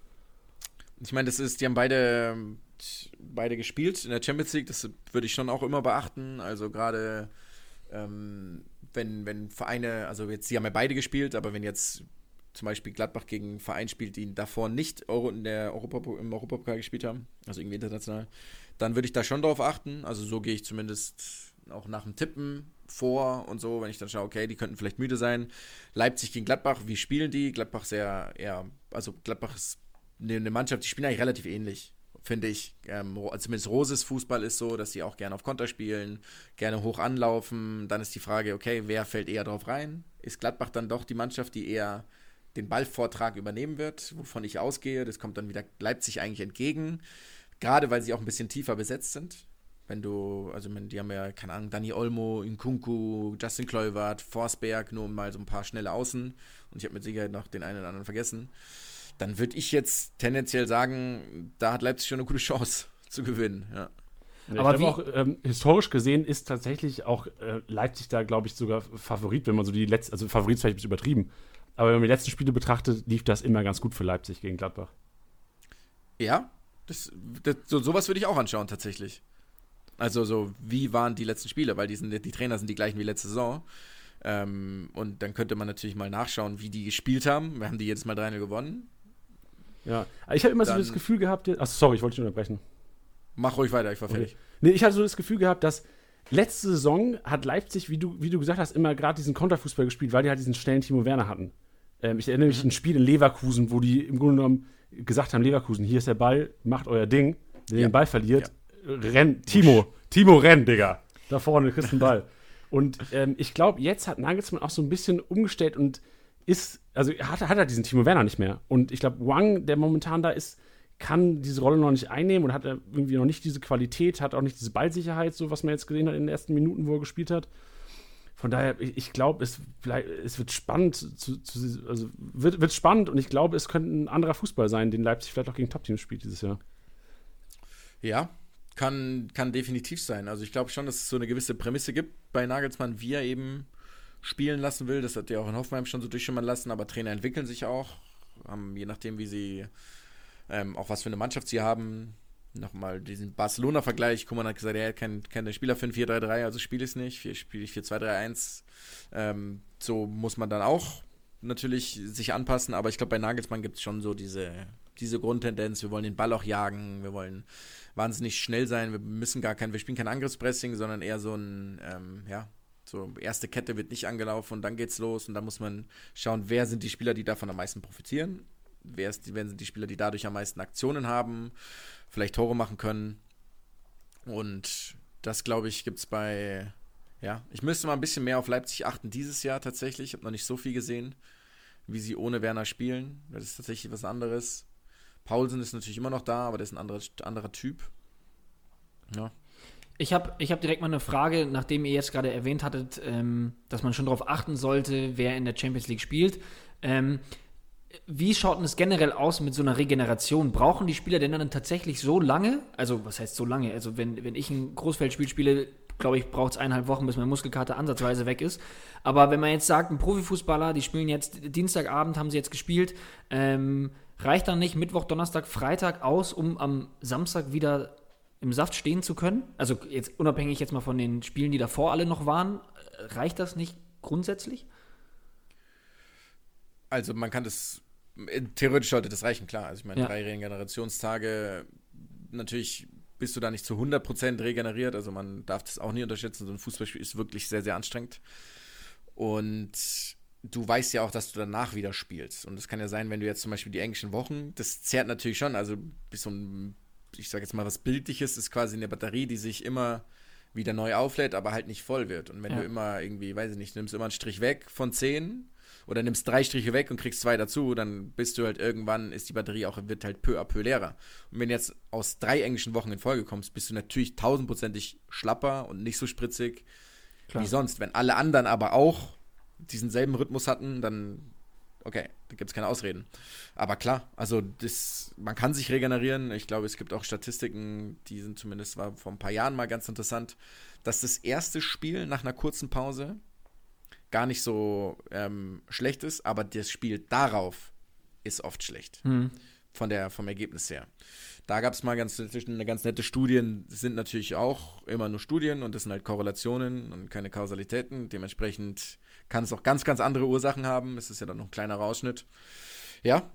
Ich meine, das ist, die haben beide, beide gespielt in der Champions League, das würde ich schon auch immer beachten. Also gerade ähm, wenn, wenn Vereine, also jetzt, die haben ja beide gespielt, aber wenn jetzt zum Beispiel Gladbach gegen einen Verein spielt, die davor nicht Euro in der Europa, im Europapokal gespielt haben, also irgendwie international, dann würde ich da schon drauf achten. Also so gehe ich zumindest auch nach dem Tippen vor und so, wenn ich dann schaue, okay, die könnten vielleicht müde sein. Leipzig gegen Gladbach, wie spielen die? Gladbach sehr, eher, also Gladbach ist eine Mannschaft, die spielen eigentlich relativ ähnlich, finde ich. Ähm, zumindest Roses Fußball ist so, dass sie auch gerne auf Konter spielen, gerne hoch anlaufen. Dann ist die Frage, okay, wer fällt eher drauf rein? Ist Gladbach dann doch die Mannschaft, die eher den Ballvortrag übernehmen wird, wovon ich ausgehe? Das kommt dann wieder Leipzig eigentlich entgegen, gerade weil sie auch ein bisschen tiefer besetzt sind. Wenn du, also die haben ja, keine Ahnung, Dani Olmo, Nkunku, Justin Kluivert, Forsberg, nur mal so ein paar schnelle Außen. Und ich habe mit Sicherheit noch den einen oder anderen vergessen. Dann würde ich jetzt tendenziell sagen, da hat Leipzig schon eine gute Chance zu gewinnen. Ja. Ja, Aber ich wie- auch, ähm, historisch gesehen ist tatsächlich auch äh, Leipzig da, glaube ich, sogar Favorit, wenn man so die letzten, also Favorit ist vielleicht ein bisschen übertrieben, aber wenn man die letzten Spiele betrachtet, lief das immer ganz gut für Leipzig gegen Gladbach. Ja, das, das, so, sowas würde ich auch anschauen tatsächlich. Also so, wie waren die letzten Spiele, weil die, sind, die Trainer sind die gleichen wie letzte Saison. Ähm, und dann könnte man natürlich mal nachschauen, wie die gespielt haben. Wir haben die jedes Mal drei null gewonnen. Ja, ich habe immer Dann- so das Gefühl gehabt, ach sorry, ich wollte dich unterbrechen. Mach ruhig weiter, ich war fertig. Okay. Nee, ich hatte so das Gefühl gehabt, dass letzte Saison hat Leipzig, wie du, wie du gesagt hast, immer gerade diesen Konterfußball gespielt, weil die halt diesen schnellen Timo Werner hatten. Ähm, ich erinnere mich an ein Spiel in Leverkusen, wo die im Grunde genommen gesagt haben, Leverkusen, hier ist der Ball, macht euer Ding. Der Ja. den Ball verliert, renn, Timo, Timo, renn, Digga. Da vorne kriegst du den Ball. Und ähm, ich glaube, jetzt hat Nagelsmann auch so ein bisschen umgestellt und ist, also hat, hat er diesen Timo Werner nicht mehr. Und ich glaube, Wang, der momentan da ist, kann diese Rolle noch nicht einnehmen und hat irgendwie noch nicht diese Qualität, hat auch nicht diese Ballsicherheit, so was man jetzt gesehen hat in den ersten Minuten, wo er gespielt hat. Von daher, ich, ich glaube, es, bleib- es wird spannend, zu, zu, also wird, wird spannend und ich glaube, es könnte ein anderer Fußball sein, den Leipzig vielleicht auch gegen Top-Teams spielt dieses Jahr. Ja, kann, kann definitiv sein. Also ich glaube schon, dass es so eine gewisse Prämisse gibt bei Nagelsmann, wie er eben spielen lassen will. Das hat er auch in Hoffenheim schon so durchschimmern lassen, aber Trainer entwickeln sich auch, haben, je nachdem, wie sie, ähm, auch was für eine Mannschaft sie haben. Nochmal diesen Barcelona-Vergleich, Koeman hat gesagt, er hat keinen kein Spieler für ein vier drei drei, also spiele ich es nicht, spiele ich vier zwei drei eins. Ähm, so muss man dann auch natürlich sich anpassen, aber ich glaube, bei Nagelsmann gibt es schon so diese, diese Grundtendenz, wir wollen den Ball auch jagen, wir wollen wahnsinnig schnell sein, wir müssen gar kein, wir spielen kein Angriffspressing, sondern eher so ein, ähm, ja, so erste Kette wird nicht angelaufen und dann geht's los und dann muss man schauen, wer sind die Spieler, die davon am meisten profitieren, wer, ist die, wer sind die Spieler, die dadurch am meisten Aktionen haben, vielleicht Tore machen können und das, glaube ich, gibt es bei, ja, ich müsste mal ein bisschen mehr auf Leipzig achten dieses Jahr tatsächlich, ich habe noch nicht so viel gesehen, wie sie ohne Werner spielen, das ist tatsächlich was anderes. Paulsen ist natürlich immer noch da, aber der ist ein anderer, anderer Typ. Ja. Ich habe ich hab direkt mal eine Frage, nachdem ihr jetzt gerade erwähnt hattet, ähm, dass man schon darauf achten sollte, wer in der Champions League spielt. Ähm, wie schaut denn es generell aus mit so einer Regeneration? Brauchen die Spieler denn dann tatsächlich so lange? Also, was heißt so lange? Also, wenn, wenn ich ein Großfeldspiel spiele, glaube ich, braucht es eineinhalb Wochen, bis meine Muskelkater ansatzweise weg ist. Aber wenn man jetzt sagt, ein Profifußballer, die spielen jetzt, Dienstagabend haben sie jetzt gespielt, ähm, reicht dann nicht Mittwoch, Donnerstag, Freitag aus, um am Samstag wieder im Saft stehen zu können? Also jetzt unabhängig jetzt mal von den Spielen, die davor alle noch waren, reicht das nicht grundsätzlich? Also man kann das, theoretisch sollte das reichen, klar. Also ich meine, Ja. drei Regenerationstage, natürlich bist du da nicht zu hundert Prozent regeneriert. Also man darf das auch nie unterschätzen. So ein Fußballspiel ist wirklich sehr, sehr anstrengend. Und du weißt ja auch, dass du danach wieder spielst. Und es kann ja sein, wenn du jetzt zum Beispiel die englischen Wochen, das zehrt natürlich schon, also bis so ein, ich sage jetzt mal was Bildliches, ist quasi eine Batterie, die sich immer wieder neu auflädt, aber halt nicht voll wird. Und wenn ja. du immer irgendwie, weiß ich nicht, nimmst immer einen Strich weg von zehn oder nimmst drei Striche weg und kriegst zwei dazu, dann bist du halt irgendwann, ist die Batterie auch, wird halt peu à peu leerer. Und wenn du jetzt aus drei englischen Wochen in Folge kommst, bist du natürlich tausendprozentig schlapper und nicht so spritzig Klar. wie sonst. Wenn alle anderen aber auch diesen selben Rhythmus hatten, dann okay, da gibt es keine Ausreden. Aber klar, also das, man kann sich regenerieren. Ich glaube, es gibt auch Statistiken, die sind zumindest, war vor ein paar Jahren mal ganz interessant, dass das erste Spiel nach einer kurzen Pause gar nicht so ähm, schlecht ist, aber das Spiel darauf ist oft schlecht. Mhm. Von der, vom Ergebnis her. Da gab es mal ganz, eine ganz nette Studien, das sind natürlich auch immer nur Studien und das sind halt Korrelationen und keine Kausalitäten. Dementsprechend kann es auch ganz, ganz andere Ursachen haben. Es ist ja dann noch ein kleinerer Ausschnitt. Ja,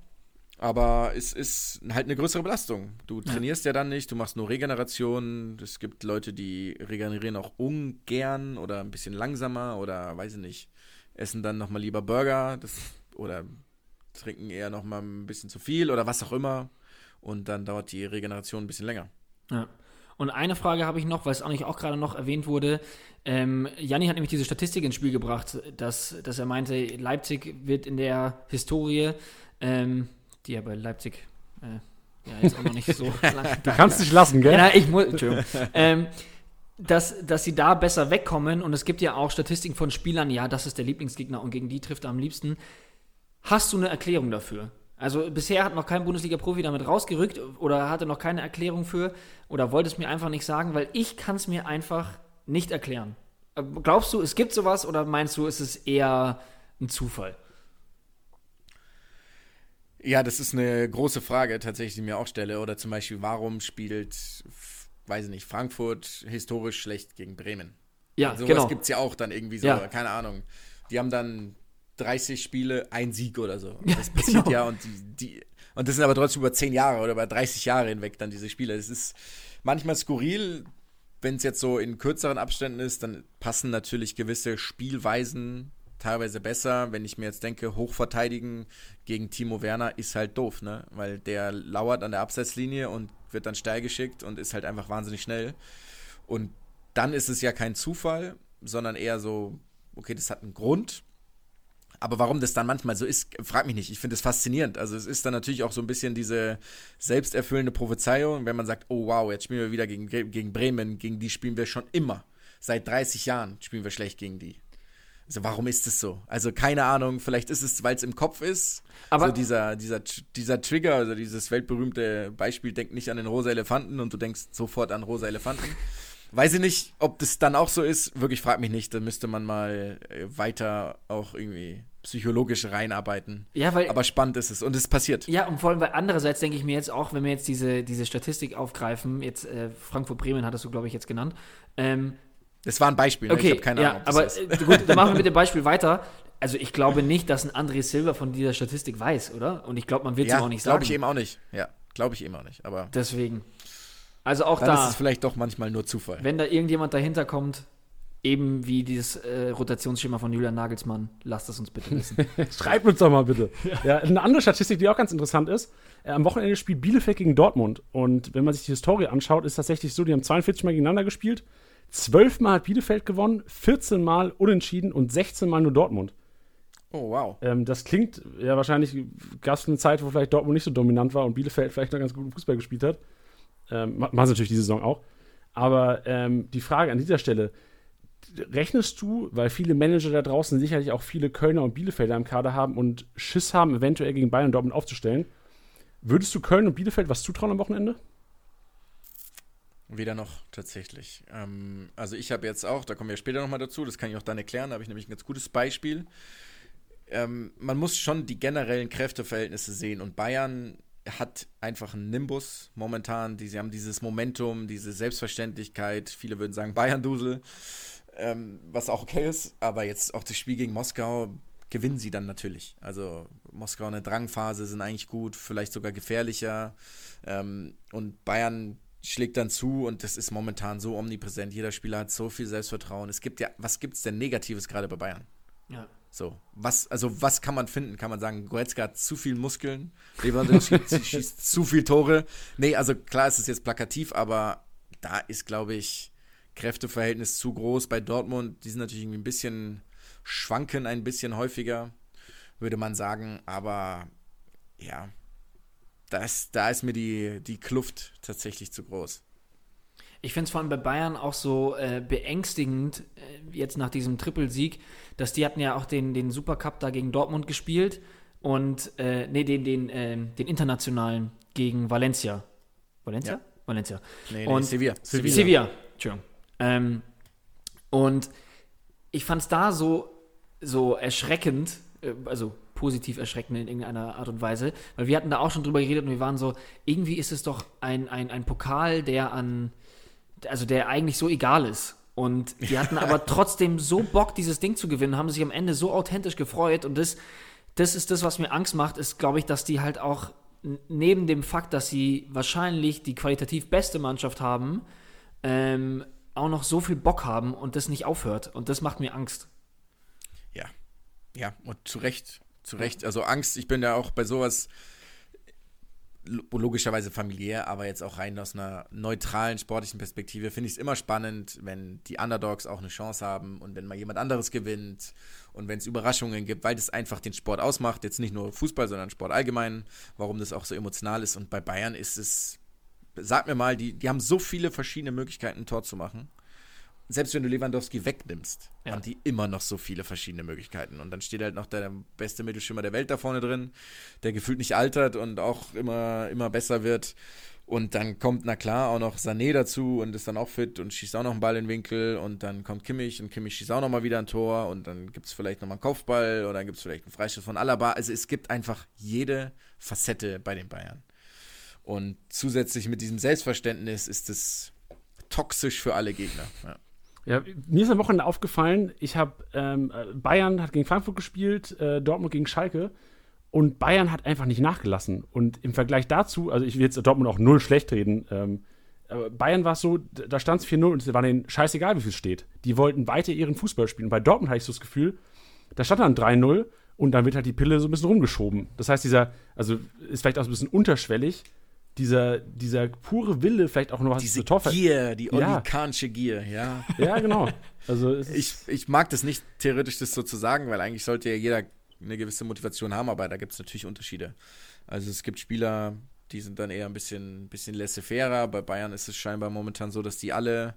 aber es ist halt eine größere Belastung. Du trainierst ja, ja dann nicht, du machst nur Regeneration. Es gibt Leute, die regenerieren auch ungern oder ein bisschen langsamer oder, weiß ich nicht, essen dann nochmal lieber Burger das, oder trinken eher nochmal ein bisschen zu viel oder was auch immer. Und dann dauert die Regeneration ein bisschen länger. Ja. Und eine Frage habe ich noch, weil es auch nicht auch gerade noch erwähnt wurde. Ähm, Janni hat nämlich diese Statistik ins Spiel gebracht, dass, dass er meinte, Leipzig wird in der Historie, ähm, die ja bei Leipzig äh, ja, jetzt auch noch nicht so lang. Du kannst dich lassen, gell? Ja, ich muss, Entschuldigung. ähm, dass, dass sie da besser wegkommen. Und es gibt ja auch Statistiken von Spielern, ja, das ist der Lieblingsgegner und gegen die trifft er am liebsten. Hast du eine Erklärung dafür? Also bisher hat noch kein Bundesliga-Profi damit rausgerückt oder hatte noch keine Erklärung für oder wollte es mir einfach nicht sagen, weil ich kann es mir einfach nicht erklären. Glaubst du, es gibt sowas oder meinst du, es ist eher ein Zufall? Ja, das ist eine große Frage tatsächlich, die ich mir auch stelle. Oder zum Beispiel, warum spielt, weiß ich nicht, Frankfurt historisch schlecht gegen Bremen? Ja, also, genau. Sowas gibt es ja auch dann irgendwie so, ja. keine Ahnung. Die haben dann dreißig Spiele, ein Sieg oder so. Und das passiert genau. ja und die, die und das sind aber trotzdem über zehn Jahre oder über dreißig Jahre hinweg dann diese Spiele. Es ist manchmal skurril, wenn es jetzt so in kürzeren Abständen ist, dann passen natürlich gewisse Spielweisen teilweise besser. Wenn ich mir jetzt denke, hochverteidigen gegen Timo Werner ist halt doof, ne? Weil der lauert an der Abseitslinie und wird dann steil geschickt und ist halt einfach wahnsinnig schnell. Und dann ist es ja kein Zufall, sondern eher so, okay, das hat einen Grund. Aber warum das dann manchmal so ist, frag mich nicht. Ich finde es faszinierend. Also es ist dann natürlich auch so ein bisschen diese selbsterfüllende Prophezeiung, wenn man sagt, oh wow, jetzt spielen wir wieder gegen, gegen Bremen, gegen die spielen wir schon immer. Seit dreißig Jahren spielen wir schlecht gegen die. Also warum ist es so? Also keine Ahnung, vielleicht ist es, weil es im Kopf ist. Aber so dieser, dieser, dieser Trigger, also dieses weltberühmte Beispiel, denk nicht an den rosa Elefanten und du denkst sofort an rosa Elefanten. Weiß ich nicht, ob das dann auch so ist. Wirklich, frag mich nicht. Da müsste man mal weiter auch irgendwie psychologisch reinarbeiten. Ja, weil, aber spannend ist es und es passiert. Ja, und vor allem, weil andererseits denke ich mir jetzt auch, wenn wir jetzt diese, diese Statistik aufgreifen, jetzt äh, Frankfurt-Bremen hattest du, glaube ich, jetzt genannt. Ähm, das war ein Beispiel, okay, ne? Ich habe keine ja, Ahnung, ob aber das ist. Äh, gut, dann machen wir mit dem Beispiel weiter. Also ich glaube nicht, dass ein André Silva von dieser Statistik weiß, oder? Und ich glaube, man wird es ja, ihm auch nicht sagen. glaube ich eben auch nicht. Ja, glaube ich eben auch nicht. Aber deswegen. Also auch dann da. Dann ist es vielleicht doch manchmal nur Zufall. Wenn da irgendjemand dahinter kommt, eben wie dieses äh, Rotationsschema von Julian Nagelsmann, lasst es uns bitte wissen. Schreibt uns doch mal bitte. Ja. Ja, eine andere Statistik, die auch ganz interessant ist, äh, am Wochenende spielt Bielefeld gegen Dortmund. Und wenn man sich die Historie anschaut, ist tatsächlich so, die haben zweiundvierzig Mal gegeneinander gespielt. zwölf Mal hat Bielefeld gewonnen, vierzehn Mal unentschieden und sechzehn Mal nur Dortmund. Oh, wow. Ähm, das klingt, ja wahrscheinlich gab es eine Zeit, wo vielleicht Dortmund nicht so dominant war und Bielefeld vielleicht noch ganz guten Fußball gespielt hat. Ähm, machen sie natürlich die Saison auch. Aber ähm, die Frage an dieser Stelle, rechnest du, weil viele Manager da draußen sicherlich auch viele Kölner und Bielefelder im Kader haben und Schiss haben, eventuell gegen Bayern und Dortmund aufzustellen, würdest du Köln und Bielefeld was zutrauen am Wochenende? Weder noch, tatsächlich. Ähm, also ich habe jetzt auch, da kommen wir später nochmal dazu, das kann ich auch dann erklären, da habe ich nämlich ein ganz gutes Beispiel. Ähm, man muss schon die generellen Kräfteverhältnisse sehen und Bayern hat einfach einen Nimbus momentan, die, sie haben dieses Momentum, diese Selbstverständlichkeit, viele würden sagen Bayern-Dusel, ähm, was auch okay ist, aber jetzt auch das Spiel gegen Moskau gewinnen sie dann natürlich. Also Moskau in der Drangphase sind eigentlich gut, vielleicht sogar gefährlicher ähm, und Bayern schlägt dann zu und das ist momentan so omnipräsent. Jeder Spieler hat so viel Selbstvertrauen. Es gibt ja, was gibt es denn Negatives gerade bei Bayern? Ja. So, was, also was kann man finden? Kann man sagen, Goretzka hat zu viel Muskeln, Lewandowski schießt zu viel Tore? Nee, also klar ist es jetzt plakativ, aber da ist, glaube ich, Kräfteverhältnis zu groß. Bei Dortmund, die sind natürlich irgendwie ein bisschen, schwanken ein bisschen häufiger, würde man sagen, aber ja, das, da ist mir die, die Kluft tatsächlich zu groß. Ich finde es vor allem bei Bayern auch so äh, beängstigend, äh, jetzt nach diesem Trippelsieg, dass die hatten ja auch den, den Supercup da gegen Dortmund gespielt und, äh, nee, den, den, äh, den internationalen gegen Valencia. Valencia? Ja. Valencia. Nee, nee, und Sevilla. Sevilla. Sevilla, Entschuldigung. Ähm, und ich fand es da so, so erschreckend, äh, also positiv erschreckend in irgendeiner Art und Weise, weil wir hatten da auch schon drüber geredet und wir waren so, irgendwie ist es doch ein, ein, ein Pokal, der an, also der eigentlich so egal ist. Und die hatten aber trotzdem so Bock, dieses Ding zu gewinnen, haben sich am Ende so authentisch gefreut und das, das ist das, was mir Angst macht, ist, glaube ich, dass die halt auch neben dem Fakt, dass sie wahrscheinlich die qualitativ beste Mannschaft haben, ähm, auch noch so viel Bock haben und das nicht aufhört. Und das macht mir Angst. Ja, ja, und zu Recht, zu Recht. Also Angst, ich bin ja auch bei sowas logischerweise familiär, aber jetzt auch rein aus einer neutralen sportlichen Perspektive finde ich es immer spannend, wenn die Underdogs auch eine Chance haben und wenn mal jemand anderes gewinnt und wenn es Überraschungen gibt, weil das einfach den Sport ausmacht, jetzt nicht nur Fußball, sondern Sport allgemein, warum das auch so emotional ist. Und bei Bayern ist es, sag mir mal, die, die haben so viele verschiedene Möglichkeiten, ein Tor zu machen. Selbst wenn du Lewandowski wegnimmst, ja, haben die immer noch so viele verschiedene Möglichkeiten. Und dann steht halt noch der beste Mittelstürmer der Welt da vorne drin, der gefühlt nicht altert und auch immer, immer besser wird. Und dann kommt, na klar, auch noch Sané dazu und ist dann auch fit und schießt auch noch einen Ball in den Winkel. Und dann kommt Kimmich und Kimmich schießt auch noch mal wieder ein Tor. Und dann gibt es vielleicht noch mal einen Kopfball oder dann gibt es vielleicht einen Freistoß von Alaba. Also es gibt einfach jede Facette bei den Bayern. Und zusätzlich mit diesem Selbstverständnis ist es toxisch für alle Gegner. Ja. Ja, mir ist am Wochenende aufgefallen, ich habe, ähm, Bayern hat gegen Frankfurt gespielt, äh, Dortmund gegen Schalke und Bayern hat einfach nicht nachgelassen. Und im Vergleich dazu, also ich will jetzt Dortmund auch null schlecht reden, ähm, aber Bayern war es so, da stand es vier null und es war denen scheißegal, wie viel steht. Die wollten weiter ihren Fußball spielen. Und bei Dortmund hatte ich so das Gefühl, da stand dann drei null und dann wird halt die Pille so ein bisschen rumgeschoben. Das heißt, dieser, also ist vielleicht auch so ein bisschen unterschwellig, Dieser, dieser pure Wille, vielleicht auch noch was Diese zu Torfall. Gier, die Olli Ja. Kahnsche Gier, ja. Ja, genau. Also es Ich, ist, ich mag das nicht theoretisch, das so zu sagen, weil eigentlich sollte ja jeder eine gewisse Motivation haben, aber da gibt es natürlich Unterschiede. Also es gibt Spieler, die sind dann eher ein bisschen, bisschen laissez-faire. Bei Bayern ist es scheinbar momentan so, dass die alle,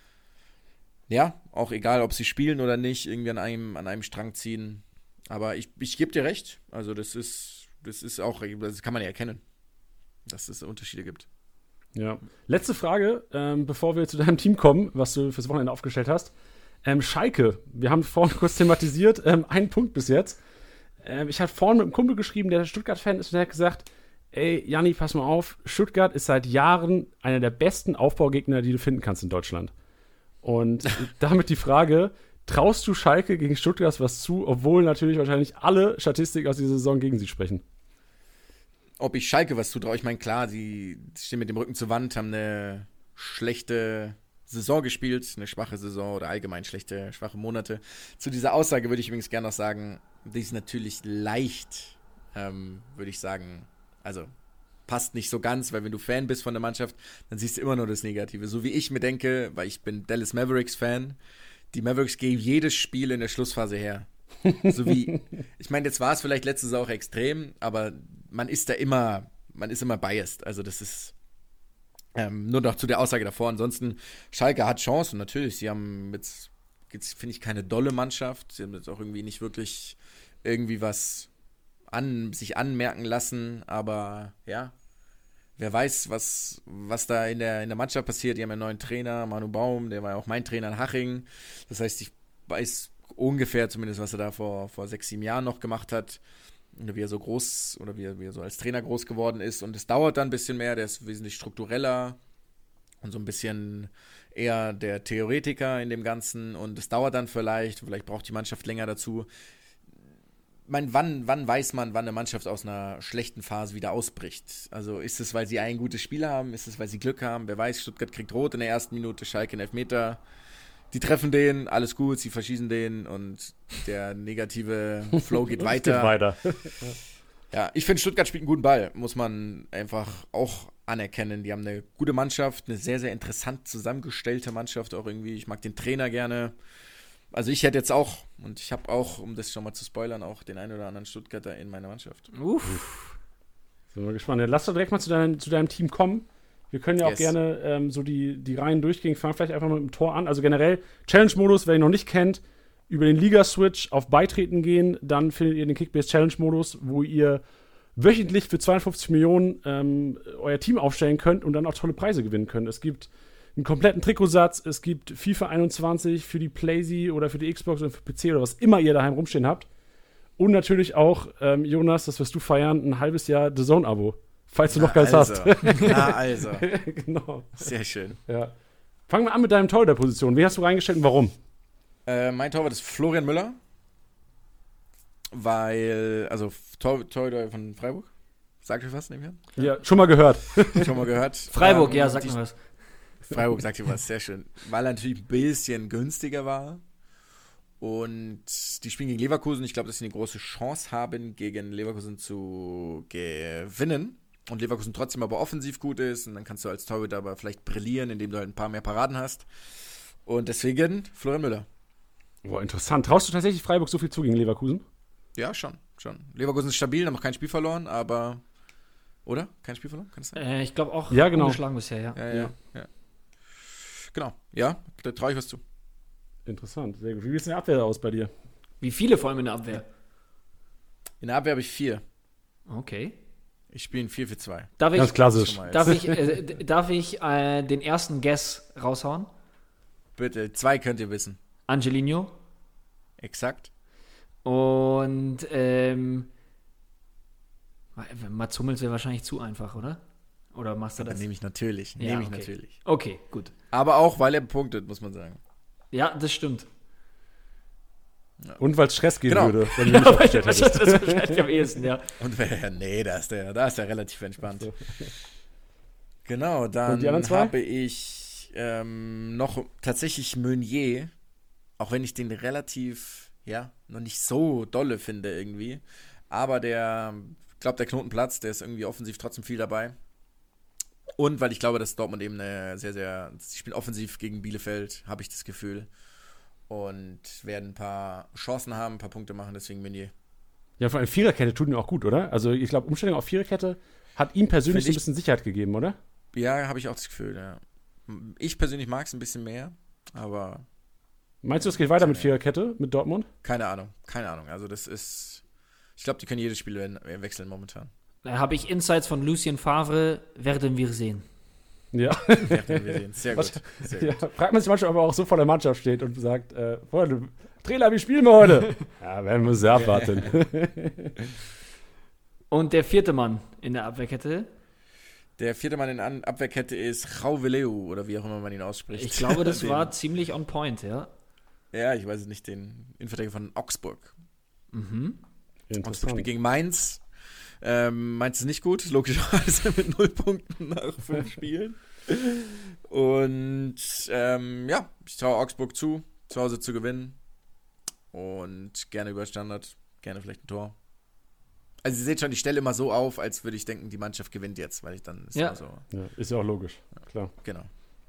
ja, auch egal, ob sie spielen oder nicht, irgendwie an einem, an einem Strang ziehen. Aber ich, ich gebe dir recht. Also das ist, das ist auch, das kann man ja erkennen, dass es Unterschiede gibt. ja. Letzte Frage, ähm, bevor wir zu deinem Team kommen, was du fürs Wochenende aufgestellt hast. Ähm, Schalke, wir haben vorhin kurz thematisiert, ähm, einen Punkt bis jetzt. Ähm, ich habe vorhin mit einem Kumpel geschrieben, der Stuttgart-Fan ist, und der hat gesagt, ey, Janni, pass mal auf, Stuttgart ist seit Jahren einer der besten Aufbaugegner, die du finden kannst in Deutschland. Und damit die Frage, traust du Schalke gegen Stuttgart was zu, obwohl natürlich wahrscheinlich alle Statistiken aus dieser Saison gegen sie sprechen? Ob ich Schalke was zutraue, ich meine, klar, die stehen mit dem Rücken zur Wand, haben eine schlechte Saison gespielt, eine schwache Saison oder allgemein schlechte, schwache Monate. Zu dieser Aussage würde ich übrigens gerne noch sagen, die ist natürlich leicht, ähm, würde ich sagen, also passt nicht so ganz, weil wenn du Fan bist von der Mannschaft, dann siehst du immer nur das Negative. So wie ich mir denke, weil ich bin Dallas Mavericks-Fan, die Mavericks geben jedes Spiel in der Schlussphase her. So wie, ich meine, jetzt war es vielleicht letzte Saison auch extrem, aber man ist da immer, man ist immer biased. Also das ist ähm, nur noch zu der Aussage davor. Ansonsten, Schalke hat Chancen, natürlich. Sie haben jetzt, jetzt finde ich, keine dolle Mannschaft. Sie haben jetzt auch irgendwie nicht wirklich irgendwie was an, sich anmerken lassen, aber ja, wer weiß, was, was da in der, in der Mannschaft passiert. Die haben einen neuen Trainer, Manu Baum, der war ja auch mein Trainer in Haching. Das heißt, ich weiß ungefähr zumindest, was er da vor, vor sechs, sieben Jahren noch gemacht hat. Oder wie er so groß, oder wie er, wie er so als Trainer groß geworden ist. Und es dauert dann ein bisschen mehr, der ist wesentlich struktureller und so ein bisschen eher der Theoretiker in dem Ganzen. Und es dauert dann vielleicht, vielleicht braucht die Mannschaft länger dazu. mein, wann, wann weiß man, wann eine Mannschaft aus einer schlechten Phase wieder ausbricht? Also ist es, weil sie ein gutes Spiel haben? Ist es, weil sie Glück haben? Wer weiß, Stuttgart kriegt Rot in der ersten Minute, Schalke in Elfmeter. Die treffen den, alles gut, sie verschießen den und der negative Flow geht weiter. Geht weiter. Ja, ich finde, Stuttgart spielt einen guten Ball, muss man einfach auch anerkennen. Die haben eine gute Mannschaft, eine sehr, sehr interessant zusammengestellte Mannschaft auch irgendwie. Ich mag den Trainer gerne. Also ich hätte jetzt auch, und ich habe auch, um das schon mal zu spoilern, auch den einen oder anderen Stuttgarter in meiner Mannschaft. Uff. Sind wir gespannt. Ja, lass doch direkt mal zu, dein, zu deinem Team kommen. Wir können ja auch Yes. gerne ähm, so die, die Reihen durchgehen. Ich fange vielleicht einfach mal mit dem Tor an. Also generell, Challenge-Modus, wer ihn noch nicht kennt, über den Liga-Switch auf Beitreten gehen, dann findet ihr den Kickbase Challenge-Modus, wo ihr wöchentlich für zweiundfünfzig Millionen ähm, euer Team aufstellen könnt und dann auch tolle Preise gewinnen könnt. Es gibt einen kompletten Trikotsatz, es gibt FIFA einundzwanzig für die PlayStation oder für die Xbox oder für P C oder was immer ihr daheim rumstehen habt. Und natürlich auch, ähm, Jonas, das wirst du feiern, ein halbes Jahr The Zone-Abo, falls du Na noch keins also. hast. Na also. Genau. Sehr schön. Ja. Fangen wir an mit deinem Torhüter-Position. Wie hast du reingestellt und warum? Äh, mein Torwart ist Florian Müller. Weil, also Tor, Torhüter von Freiburg. Sagt ihr was, nebenher? Ja, schon mal gehört. Schon mal gehört. Freiburg, Ähm, ja, sag die- mal was. Freiburg sagt ihr was, sehr schön. Weil er natürlich ein bisschen günstiger war. Und die spielen gegen Leverkusen. Ich glaube, dass sie eine große Chance haben, gegen Leverkusen zu gewinnen. Und Leverkusen trotzdem aber offensiv gut ist. Und dann kannst du als Torhüter aber vielleicht brillieren, indem du halt ein paar mehr Paraden hast. Und deswegen Florian Müller. Boah, interessant. Traust du tatsächlich Freiburg so viel zu gegen Leverkusen? Ja, schon, schon. Leverkusen ist stabil, haben noch kein Spiel verloren, aber... Oder? Kein Spiel verloren? Kann das sein? Äh, ich glaube auch Ja, genau. ungeschlagen bisher, ja. Ja, ja, ja. Genau, ja, da traue ich was zu. Interessant, sehr gut. Wie sieht es in der Abwehr aus bei dir? Wie viele vor allem in der Abwehr? In der Abwehr habe ich vier. Okay. Ich spiele ein vier vier zwei. Darf ich, Ganz klassisch. Schon mal darf jetzt. ich, äh, d- darf ich äh, den ersten Guess raushauen? Bitte, zwei könnt ihr wissen. Angelino. Exakt. Und ähm, Mats Hummels wäre wahrscheinlich zu einfach, oder? Oder machst du Dann das? nehme ich natürlich. Ja, Nehme ich okay. natürlich. Okay, gut. Aber auch, weil er punktet, muss man sagen. Ja, das stimmt. Und weil es Stress geben Genau. würde, wenn du nicht aufgestellt das, hättest. das ist wahrscheinlich am ehesten, ja. Und wer, nee, da ist der, da ist der relativ entspannt. Genau, Und dann die anderen zwei? habe ich ähm, noch tatsächlich Meunier, auch wenn ich den relativ, ja, noch nicht so dolle finde irgendwie. Aber der, ich glaube, der Knoten platzt, der ist irgendwie offensiv trotzdem viel dabei. Und weil ich glaube, dass Dortmund eben eine sehr, sehr, sie spielen offensiv gegen Bielefeld, habe ich das Gefühl. Und werden ein paar Chancen haben, ein paar Punkte machen, deswegen Meunier. Ja, vor allem Viererkette tut mir auch gut, oder? Also ich glaube, Umstellung auf Viererkette hat ihm persönlich so Find ein ich- bisschen Sicherheit gegeben, oder? Ja, habe ich auch das Gefühl, ja. Ich persönlich mag es ein bisschen mehr, aber Meinst du, es geht weiter mit Ja. Viererkette, mit Dortmund? keine Ahnung, keine Ahnung. Also das ist, ich glaube, die können jedes Spiel we- wechseln momentan. Da habe ich Insights von Lucien Favre, werden wir sehen. Ja. Werden wir sehen. Sehr gut. Sehr ja. gut. Fragt man sich manchmal, ob er auch so vor der Mannschaft steht und sagt, äh, Freunde, Trainer, wie spielen wir heute? Ja, werden wir sehr abwarten. Und der vierte Mann in der Abwehrkette, Der vierte Mann in der An- Abwehrkette ist Rauveleu oder wie auch immer man ihn ausspricht. ich glaube, das Den- war ziemlich on point, ja. Ja, ich weiß es nicht, den Innenverteidiger von Augsburg. Mhm. Augsburg spielt gegen Mainz. Ähm, Mainz ist nicht gut, logischerweise mit null Punkten nach fünf Spielen. Und ähm, ja, ich traue Augsburg zu, zu Hause zu gewinnen. Und gerne über Standard, gerne vielleicht ein Tor. Also ihr seht schon, ich stelle immer so auf, als würde ich denken, die Mannschaft gewinnt jetzt, weil ich dann ist Ja. immer so. Ja, ist ja auch logisch, klar. Genau.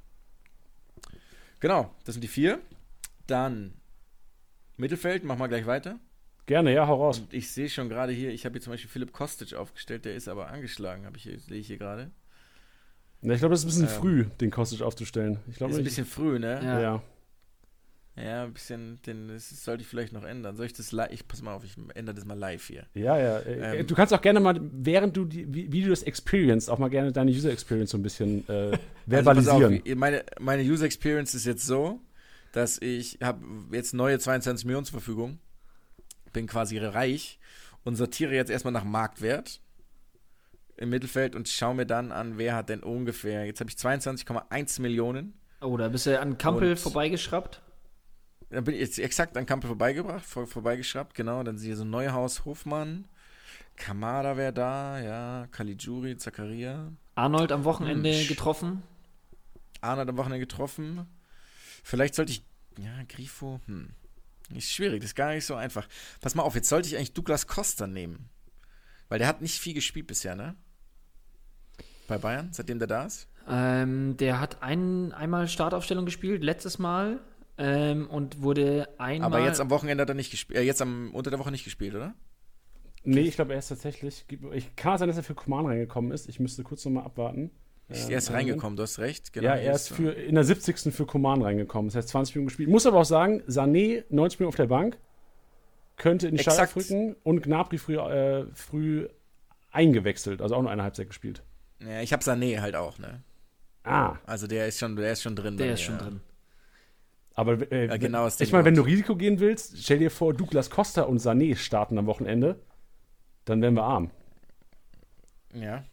Genau, das sind die vier. Dann Mittelfeld, machen wir gleich weiter. Gerne, ja, hau raus. Und ich sehe schon gerade hier, ich habe hier zum Beispiel Philipp Kostic aufgestellt, der ist aber angeschlagen, habe ich hier, sehe ich hier gerade. Ja, ich glaube, das ist ein bisschen Ähm, früh, den Kostic aufzustellen. Ich Ist glaube ein nicht. bisschen früh, ne? Ja. Ja. Ja, ein bisschen, den, das sollte ich vielleicht noch ändern. Soll ich das live, ich pass mal auf, ich ändere das mal live hier. Ja, ja. Äh, Ähm, du kannst auch gerne mal, während du, die, wie, wie du das experience, auch mal gerne deine User Experience so ein bisschen äh, verbalisieren. Also pass auf, meine, meine User Experience ist jetzt so, dass ich habe jetzt neue zweiundzwanzig Millionen zur Verfügung, bin quasi reich und sortiere jetzt erstmal nach Marktwert im Mittelfeld und schaue mir dann an, wer hat denn ungefähr, jetzt habe ich zweiundzwanzig Komma eins Millionen. Oh, da bist du an Kampel Und- vorbeigeschraubt. dann bin ich jetzt exakt an Kampel vorbeigebracht, vor, vorbeigeschraubt, genau. Dann sehe ich so Neuhaus, Hofmann, Kamada wäre da, ja, Caligiuri, Zakaria. Arnold am Wochenende Hm. getroffen. Arnold am Wochenende getroffen. Vielleicht sollte ich, ja, Grifo, hm. Ist schwierig, das ist gar nicht so einfach. Pass mal auf, jetzt sollte ich eigentlich Douglas Costa nehmen. Weil der hat nicht viel gespielt bisher, ne? Bei Bayern, seitdem der da ist. Ähm, der hat ein, einmal Startaufstellung gespielt, letztes Mal. Ähm, und wurde einmal. Aber jetzt am Wochenende hat er nicht gespielt. Äh, jetzt am unter der Woche nicht gespielt, oder? Nee, ich glaube, er ist tatsächlich. Ich kann sein, dass er für Coman reingekommen ist. Ich müsste kurz nochmal abwarten. Ähm, er ist reingekommen, du hast recht. Genau, ja, er ist für, in der siebzigsten für Coman reingekommen. Das heißt zwanzig Minuten gespielt. Muss aber auch sagen, Sané neunzig Minuten auf der Bank, könnte in die Startelf rücken und Gnabry früh, äh, früh eingewechselt, also auch nur eine Halbzeit gespielt. Ja, ich habe Sané halt auch, ne? Ah. Also der ist schon, der ist schon drin. Der ist mir, schon ja. drin. Aber äh, ja, genau aus ich meine, wenn du Risiko gehen willst, stell dir vor, Douglas Costa und Sané starten am Wochenende, dann werden wir arm. Ja.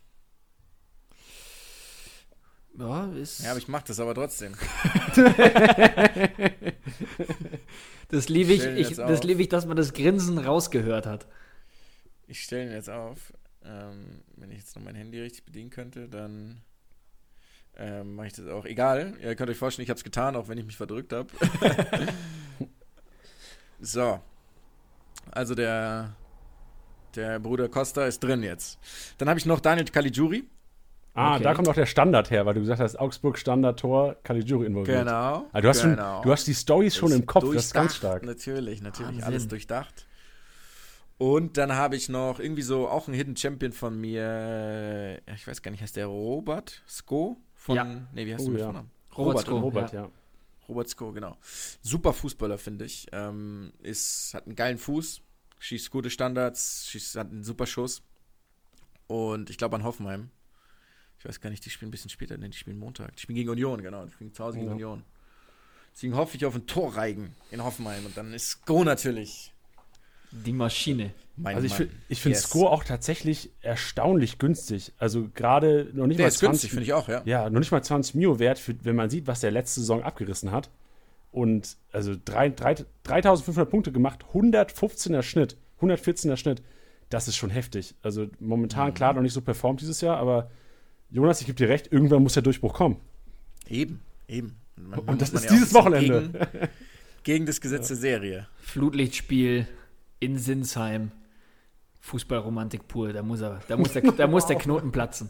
Ja, ist Ja, aber ich mach das aber trotzdem. das liebe ich, stell ihn ich, jetzt das auf. liebe ich, dass man das Grinsen rausgehört hat. Ich stelle ihn jetzt auf. Ähm, wenn ich jetzt noch mein Handy richtig bedienen könnte, dann ähm, mache ich das auch. Egal, ihr könnt euch vorstellen, ich habe es getan, auch wenn ich mich verdrückt habe. So. Also der, der Bruder Costa ist drin jetzt. Dann habe ich noch Daniel Caligiuri. Ah, Okay. da kommt auch der Standard her, weil du gesagt hast, Augsburg Standard-Tor, Caligiuri involviert. Genau. Also du, hast genau. schon, du hast die Storys schon im Kopf, das ist ganz Durchdacht, stark. Natürlich, natürlich, Wahnsinn. alles durchdacht. Und dann habe ich noch irgendwie so auch einen Hidden Champion von mir, ja, ich weiß gar nicht, heißt der Robert Sko? Von, Ja. Nee, wie heißt Oh, du mit ja. Vornamen? Robert Robert, Sko. Robert, ja. ja. Robert Sko, genau. Super Fußballer, finde ich. Ähm, ist, hat einen geilen Fuß, schießt gute Standards, schießt, hat einen super Schuss. Und ich glaube an Hoffenheim. Ich weiß gar nicht, die spielen ein bisschen später, denn die spielen Montag. Die spielen gegen Union, genau. Die spielen zu Hause gegen Ja. Union. Deswegen hoffe ich auf ein Torreigen in Hoffenheim. Und dann ist Sko natürlich Die Maschine. mein Also ich Mann. finde ich find Yes. Score auch tatsächlich erstaunlich günstig. Also gerade noch nicht Der mal ist günstig, finde ich auch, ja. Ja, noch nicht mal zwanzig Mio wert, für, wenn man sieht, was der letzte Saison abgerissen hat. Und also drei- drei- dreitausendfünfhundert Punkte gemacht, hundertfünfzehner Schnitt, hundertvierzehner Schnitt. Das ist schon heftig. Also momentan Mhm. klar noch nicht so performt dieses Jahr, aber Jonas, ich gebe dir recht, irgendwann muss der Durchbruch kommen. Eben, eben. Man, Und man das muss ist man dieses ja auch ein Wochenende. bisschen Gegen, gegen das Gesetz der Serie. Flutlichtspiel in Sinsheim. Fußballromantik pur. Da muss, er, da muss, der, da muss der Knoten platzen.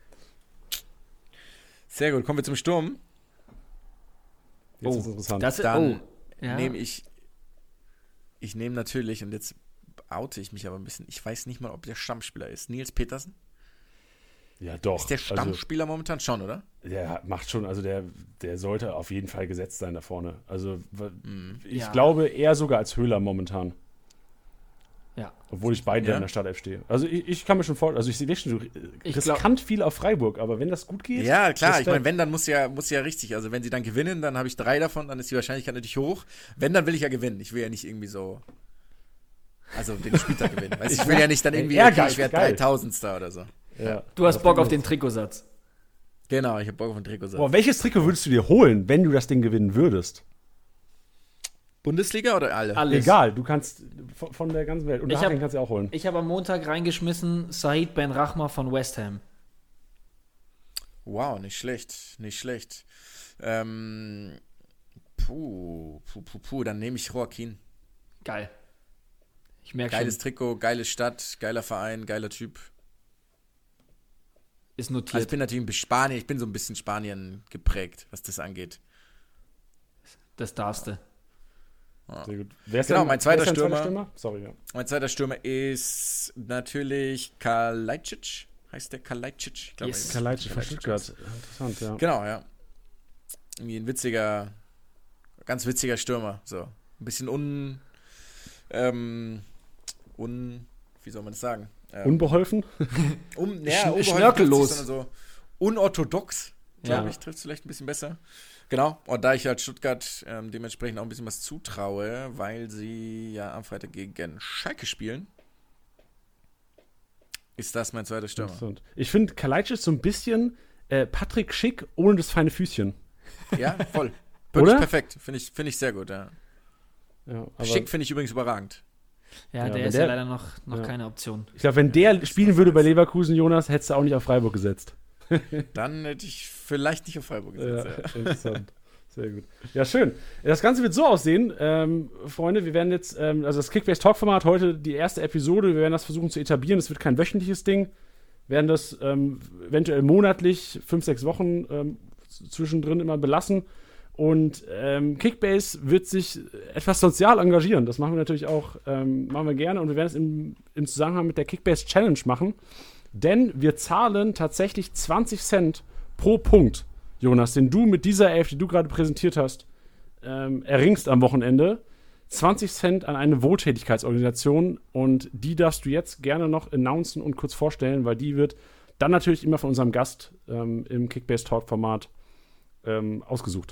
Sehr gut, kommen wir zum Sturm. Jetzt Oh, ist interessant. Das, Dann oh, ja. nehme ich, ich nehme natürlich, und jetzt oute ich mich aber ein bisschen, ich weiß nicht mal, ob der Stammspieler ist. Nils Petersen? ja, doch. Ist der Also, Stammspieler momentan schon, oder? der macht schon, also der, der sollte auf jeden Fall gesetzt sein da vorne. Also w- Mhm. ich Ja. glaube eher sogar als Höhler momentan. Ja. Obwohl ich beide Ja. in der Startelf stehe. Also ich, ich kann mir schon vorstellen, also ich sehe wirklich schon so Ich riskant viel auf Freiburg, aber wenn das gut geht. Ja, klar, ich Respekt. meine, wenn, dann muss ja, muss ja richtig. Also wenn sie dann gewinnen, dann habe ich drei davon, dann ist die Wahrscheinlichkeit natürlich hoch. Wenn, dann will ich ja gewinnen. Ich will ja nicht irgendwie so, also den Spieltag gewinnen. Weißt, du, ich will ja nicht dann irgendwie, Ehrgeiz, okay, ich werde geil. dreitausendster oder so. Ja. Du hast Bock auf den Trikotsatz. Genau, ich habe Bock auf den Trikotsatz. Boah, welches Trikot würdest du dir holen, wenn du das Ding gewinnen würdest? Bundesliga oder alle? Alles. Egal, du kannst von, von der ganzen Welt. Und Ich Haring hab- kannst du auch holen. Ich habe am Montag reingeschmissen Said Ben Rachma von West Ham. Wow, nicht schlecht, nicht schlecht. Ähm, puh, puh, puh, puh, dann nehme ich Joaquin. Geil. Ich merke Geiles schon, Trikot, geile Stadt, geiler Verein, geiler Typ. ist Also ich notiert. bin natürlich ein Spanien, ich bin so ein bisschen Spanien geprägt, was das angeht. Das darfst du. Sehr gut. Wer ist Genau, dein- mein zweiter wer ist dein Stürmer. Sorry, ja. Mein zweiter Stürmer ist natürlich Kalajdzic. Heißt der Kalajdzic? Ich glaube, Yes. er ist- Kalajdzic von Kalajdzic Stuttgart. ist- Interessant, ja. Genau, ja. Irgendwie ein witziger, ganz witziger Stürmer. So. Ein bisschen un. Ähm, un. Wie soll man das sagen? Ähm, Unbeholfen? um, Sch- ja, unbeholfen schnörkellos. trifft's nicht, sondern so unorthodox, glaube Ja. ich, trifft es vielleicht ein bisschen besser. Genau, und da ich halt Stuttgart ähm, dementsprechend auch ein bisschen was zutraue, weil sie ja am Freitag gegen Schalke spielen, ist das mein zweiter Stürmer. Interessant. Ich finde, Kalajdzic ist so ein bisschen äh, Patrick Schick ohne das feine Füßchen. Ja, voll. Wirklich Oder? perfekt. Finde ich, find ich sehr gut, ja. Ja, aber Schick finde ich übrigens überragend. Ja, Ja, der wenn ist der- ja leider noch, noch ja. keine Option. ich glaube, wenn der spielen würde bei Leverkusen, Jonas, hättest du auch nicht auf Freiburg gesetzt. Dann hätte ich vielleicht nicht auf Freiburg gesetzt. Ja, Ja. interessant. Sehr gut. Ja, schön. Das Ganze wird so aussehen, ähm, Freunde, wir werden jetzt, ähm, also das Kickbase-Talk-Format, heute die erste Episode, wir werden das versuchen zu etablieren, es wird kein wöchentliches Ding, wir werden das ähm, eventuell monatlich, fünf, sechs Wochen ähm, zwischendrin immer belassen und ähm, Kickbase wird sich etwas sozial engagieren, das machen wir natürlich auch, ähm, machen wir gerne und wir werden es im, im Zusammenhang mit der Kickbase-Challenge machen, denn wir zahlen tatsächlich zwanzig Cent pro Punkt, Jonas, den du mit dieser Elf, die du gerade präsentiert hast, ähm, erringst am Wochenende. zwanzig Cent an eine Wohltätigkeitsorganisation und die darfst du jetzt gerne noch announcen und kurz vorstellen, weil die wird dann natürlich immer von unserem Gast ähm, im Kickbase-Talk-Format ähm, ausgesucht.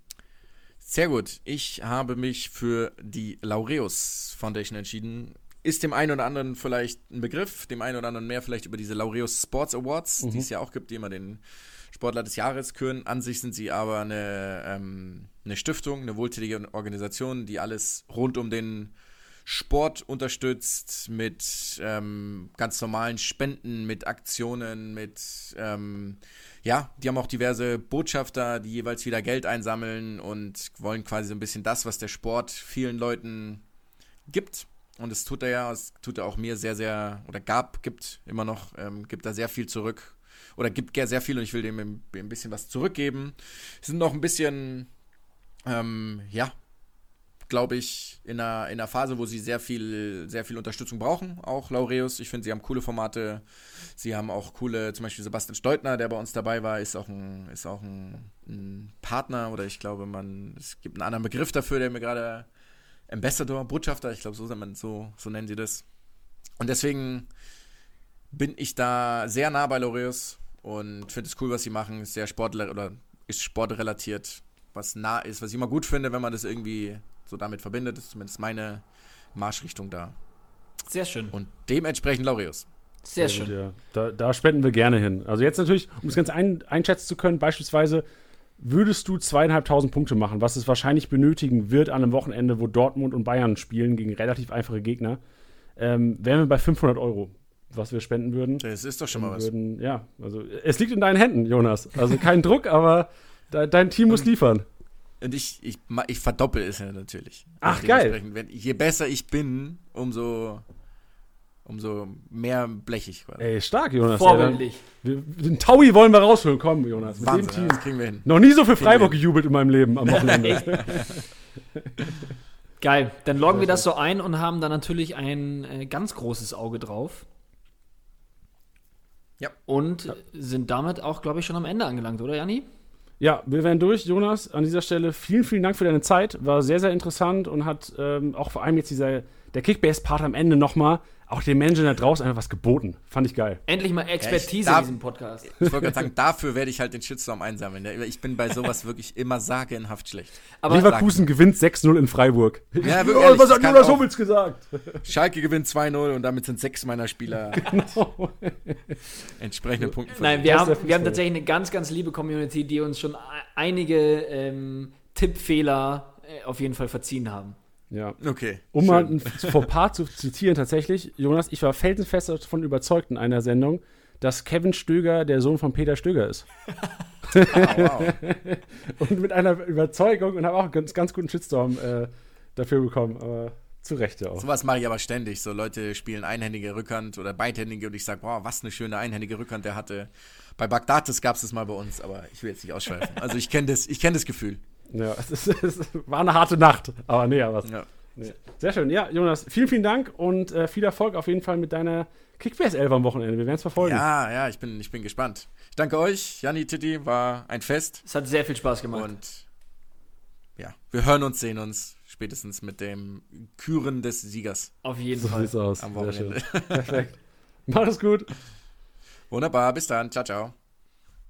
Sehr gut. Ich habe mich für die Laureus Foundation entschieden. Ist dem einen oder anderen vielleicht ein Begriff, dem einen oder anderen mehr vielleicht über diese Laureus Sports Awards, Mhm. die es ja auch gibt, die immer den Sportler des Jahres küren. An sich sind sie aber eine, ähm, eine Stiftung, eine wohltätige Organisation, die alles rund um den Sport unterstützt mit ähm, ganz normalen Spenden, mit Aktionen, mit, ähm, ja, die haben auch diverse Botschafter, die jeweils wieder Geld einsammeln und wollen quasi so ein bisschen das, was der Sport vielen Leuten gibt. Und es tut er ja, es tut er auch mir sehr, sehr, oder gab, gibt immer noch, ähm, gibt da sehr viel zurück. Oder gibt sehr viel und ich will dem ein bisschen was zurückgeben. Sind noch ein bisschen, ähm, ja, glaube ich, in einer, in einer Phase, wo sie sehr viel, sehr viel Unterstützung brauchen, auch Laureus. Ich finde, sie haben coole Formate. Sie haben auch coole, zum Beispiel Sebastian Steutner, der bei uns dabei war, ist auch ein, ist auch ein, ein Partner oder ich glaube, man, es gibt einen anderen Begriff dafür, der mir gerade Ambassador, Botschafter, ich glaube, so, so, so nennen sie das. Und deswegen bin ich da sehr nah bei Laureus und finde es cool, was sie machen. Ist sehr sportler oder ist sportrelatiert, was nah ist, was ich immer gut finde, wenn man das irgendwie so damit verbindet. Das ist zumindest meine Marschrichtung da. Sehr schön. Und dementsprechend Laureus. Sehr, Sehr schön. gut, ja. Da, da spenden wir gerne hin. Also jetzt natürlich, um das Ganze ein, einschätzen zu können, beispielsweise würdest du zweieinhalbtausend Punkte machen, was es wahrscheinlich benötigen wird an einem Wochenende, wo Dortmund und Bayern spielen gegen relativ einfache Gegner, ähm, wären wir bei fünfhundert Euro, was wir spenden würden. Das ist doch schon mal was. Würden, ja, also es liegt in deinen Händen, Jonas. Also kein Druck, aber de, dein Team muss liefern. Und ich, ich, ich verdoppel es ja natürlich. Ach, Und geil. dementsprechend, Wenn, je besser ich bin, umso, umso mehr blech ich quasi. Ey, stark, Jonas. Vorbildlich. Ja, dann, wir, den Taui wollen wir rausholen. Komm, Jonas. Mit Wahnsinn, dem Team. ja, das kriegen wir hin. Noch nie so für Freiburg wir gejubelt in meinem Leben am Wochenende. Geil. Dann loggen wir das so ein und haben da natürlich ein äh, ganz großes Auge drauf. Ja. Und sind damit auch, glaube ich, schon am Ende angelangt, oder, Janni? Ja, wir werden durch. Jonas, an dieser Stelle vielen, vielen Dank für deine Zeit. War sehr, sehr interessant und hat ähm, auch vor allem jetzt dieser, der Kickbase-Part am Ende nochmal auch den Menschen da draußen einfach was geboten. Fand ich geil. Endlich mal Expertise Ja, in ich darf- diesem Podcast. Ich wollte gerade sagen, dafür werde ich halt den Shitstorm einsammeln. Ich bin bei sowas wirklich immer sagenhaft schlecht. Aber Leverkusen gewinnt sechs null in Freiburg. Ja, Oh, wirklich, ehrlich, was das hat kann Jonas auch- Hummels gesagt? Schalke gewinnt zwei null und damit sind sechs meiner Spieler entsprechende Punkte. Nein, wir Das ist haben, der wir Fußball. haben tatsächlich eine ganz, ganz liebe Community, die uns schon einige ähm, Tippfehler äh, auf jeden Fall verziehen haben. Ja. Okay. Um mal schön. ein Fauxpas zu zitieren, tatsächlich, Jonas, ich war felsenfest davon überzeugt in einer Sendung, dass Kevin Stöger der Sohn von Peter Stöger ist. Ah, wow. Und mit einer Überzeugung und habe auch einen ganz, ganz guten Shitstorm äh, dafür bekommen. Aber zu Recht ja auch. Sowas mache ich aber ständig. So Leute spielen einhändige Rückhand oder beidhändige und ich sage, boah, was eine schöne einhändige Rückhand der hatte. Bei Bagdatis gab es das mal bei uns, aber ich will jetzt nicht ausschweifen. Also ich kenne das, ich kenn das Gefühl. Ja, es, ist, es war eine harte Nacht, aber nee, aber Ja. nee. Sehr schön. Ja, Jonas, vielen, vielen Dank und äh, viel Erfolg auf jeden Fall mit deiner Kickbase-Elf am Wochenende. Wir werden es verfolgen. Ja, ja, ich bin, ich bin gespannt. Ich danke euch, Janni, Titti, war ein Fest. Es hat sehr viel Spaß gemacht. Und ja, wir hören uns, sehen uns spätestens mit dem Küren des Siegers Auf jeden So Fall. sieht's aus. am Sehr schön. Wochenende. Perfekt. Mach es gut. Wunderbar, bis dann. Ciao, ciao.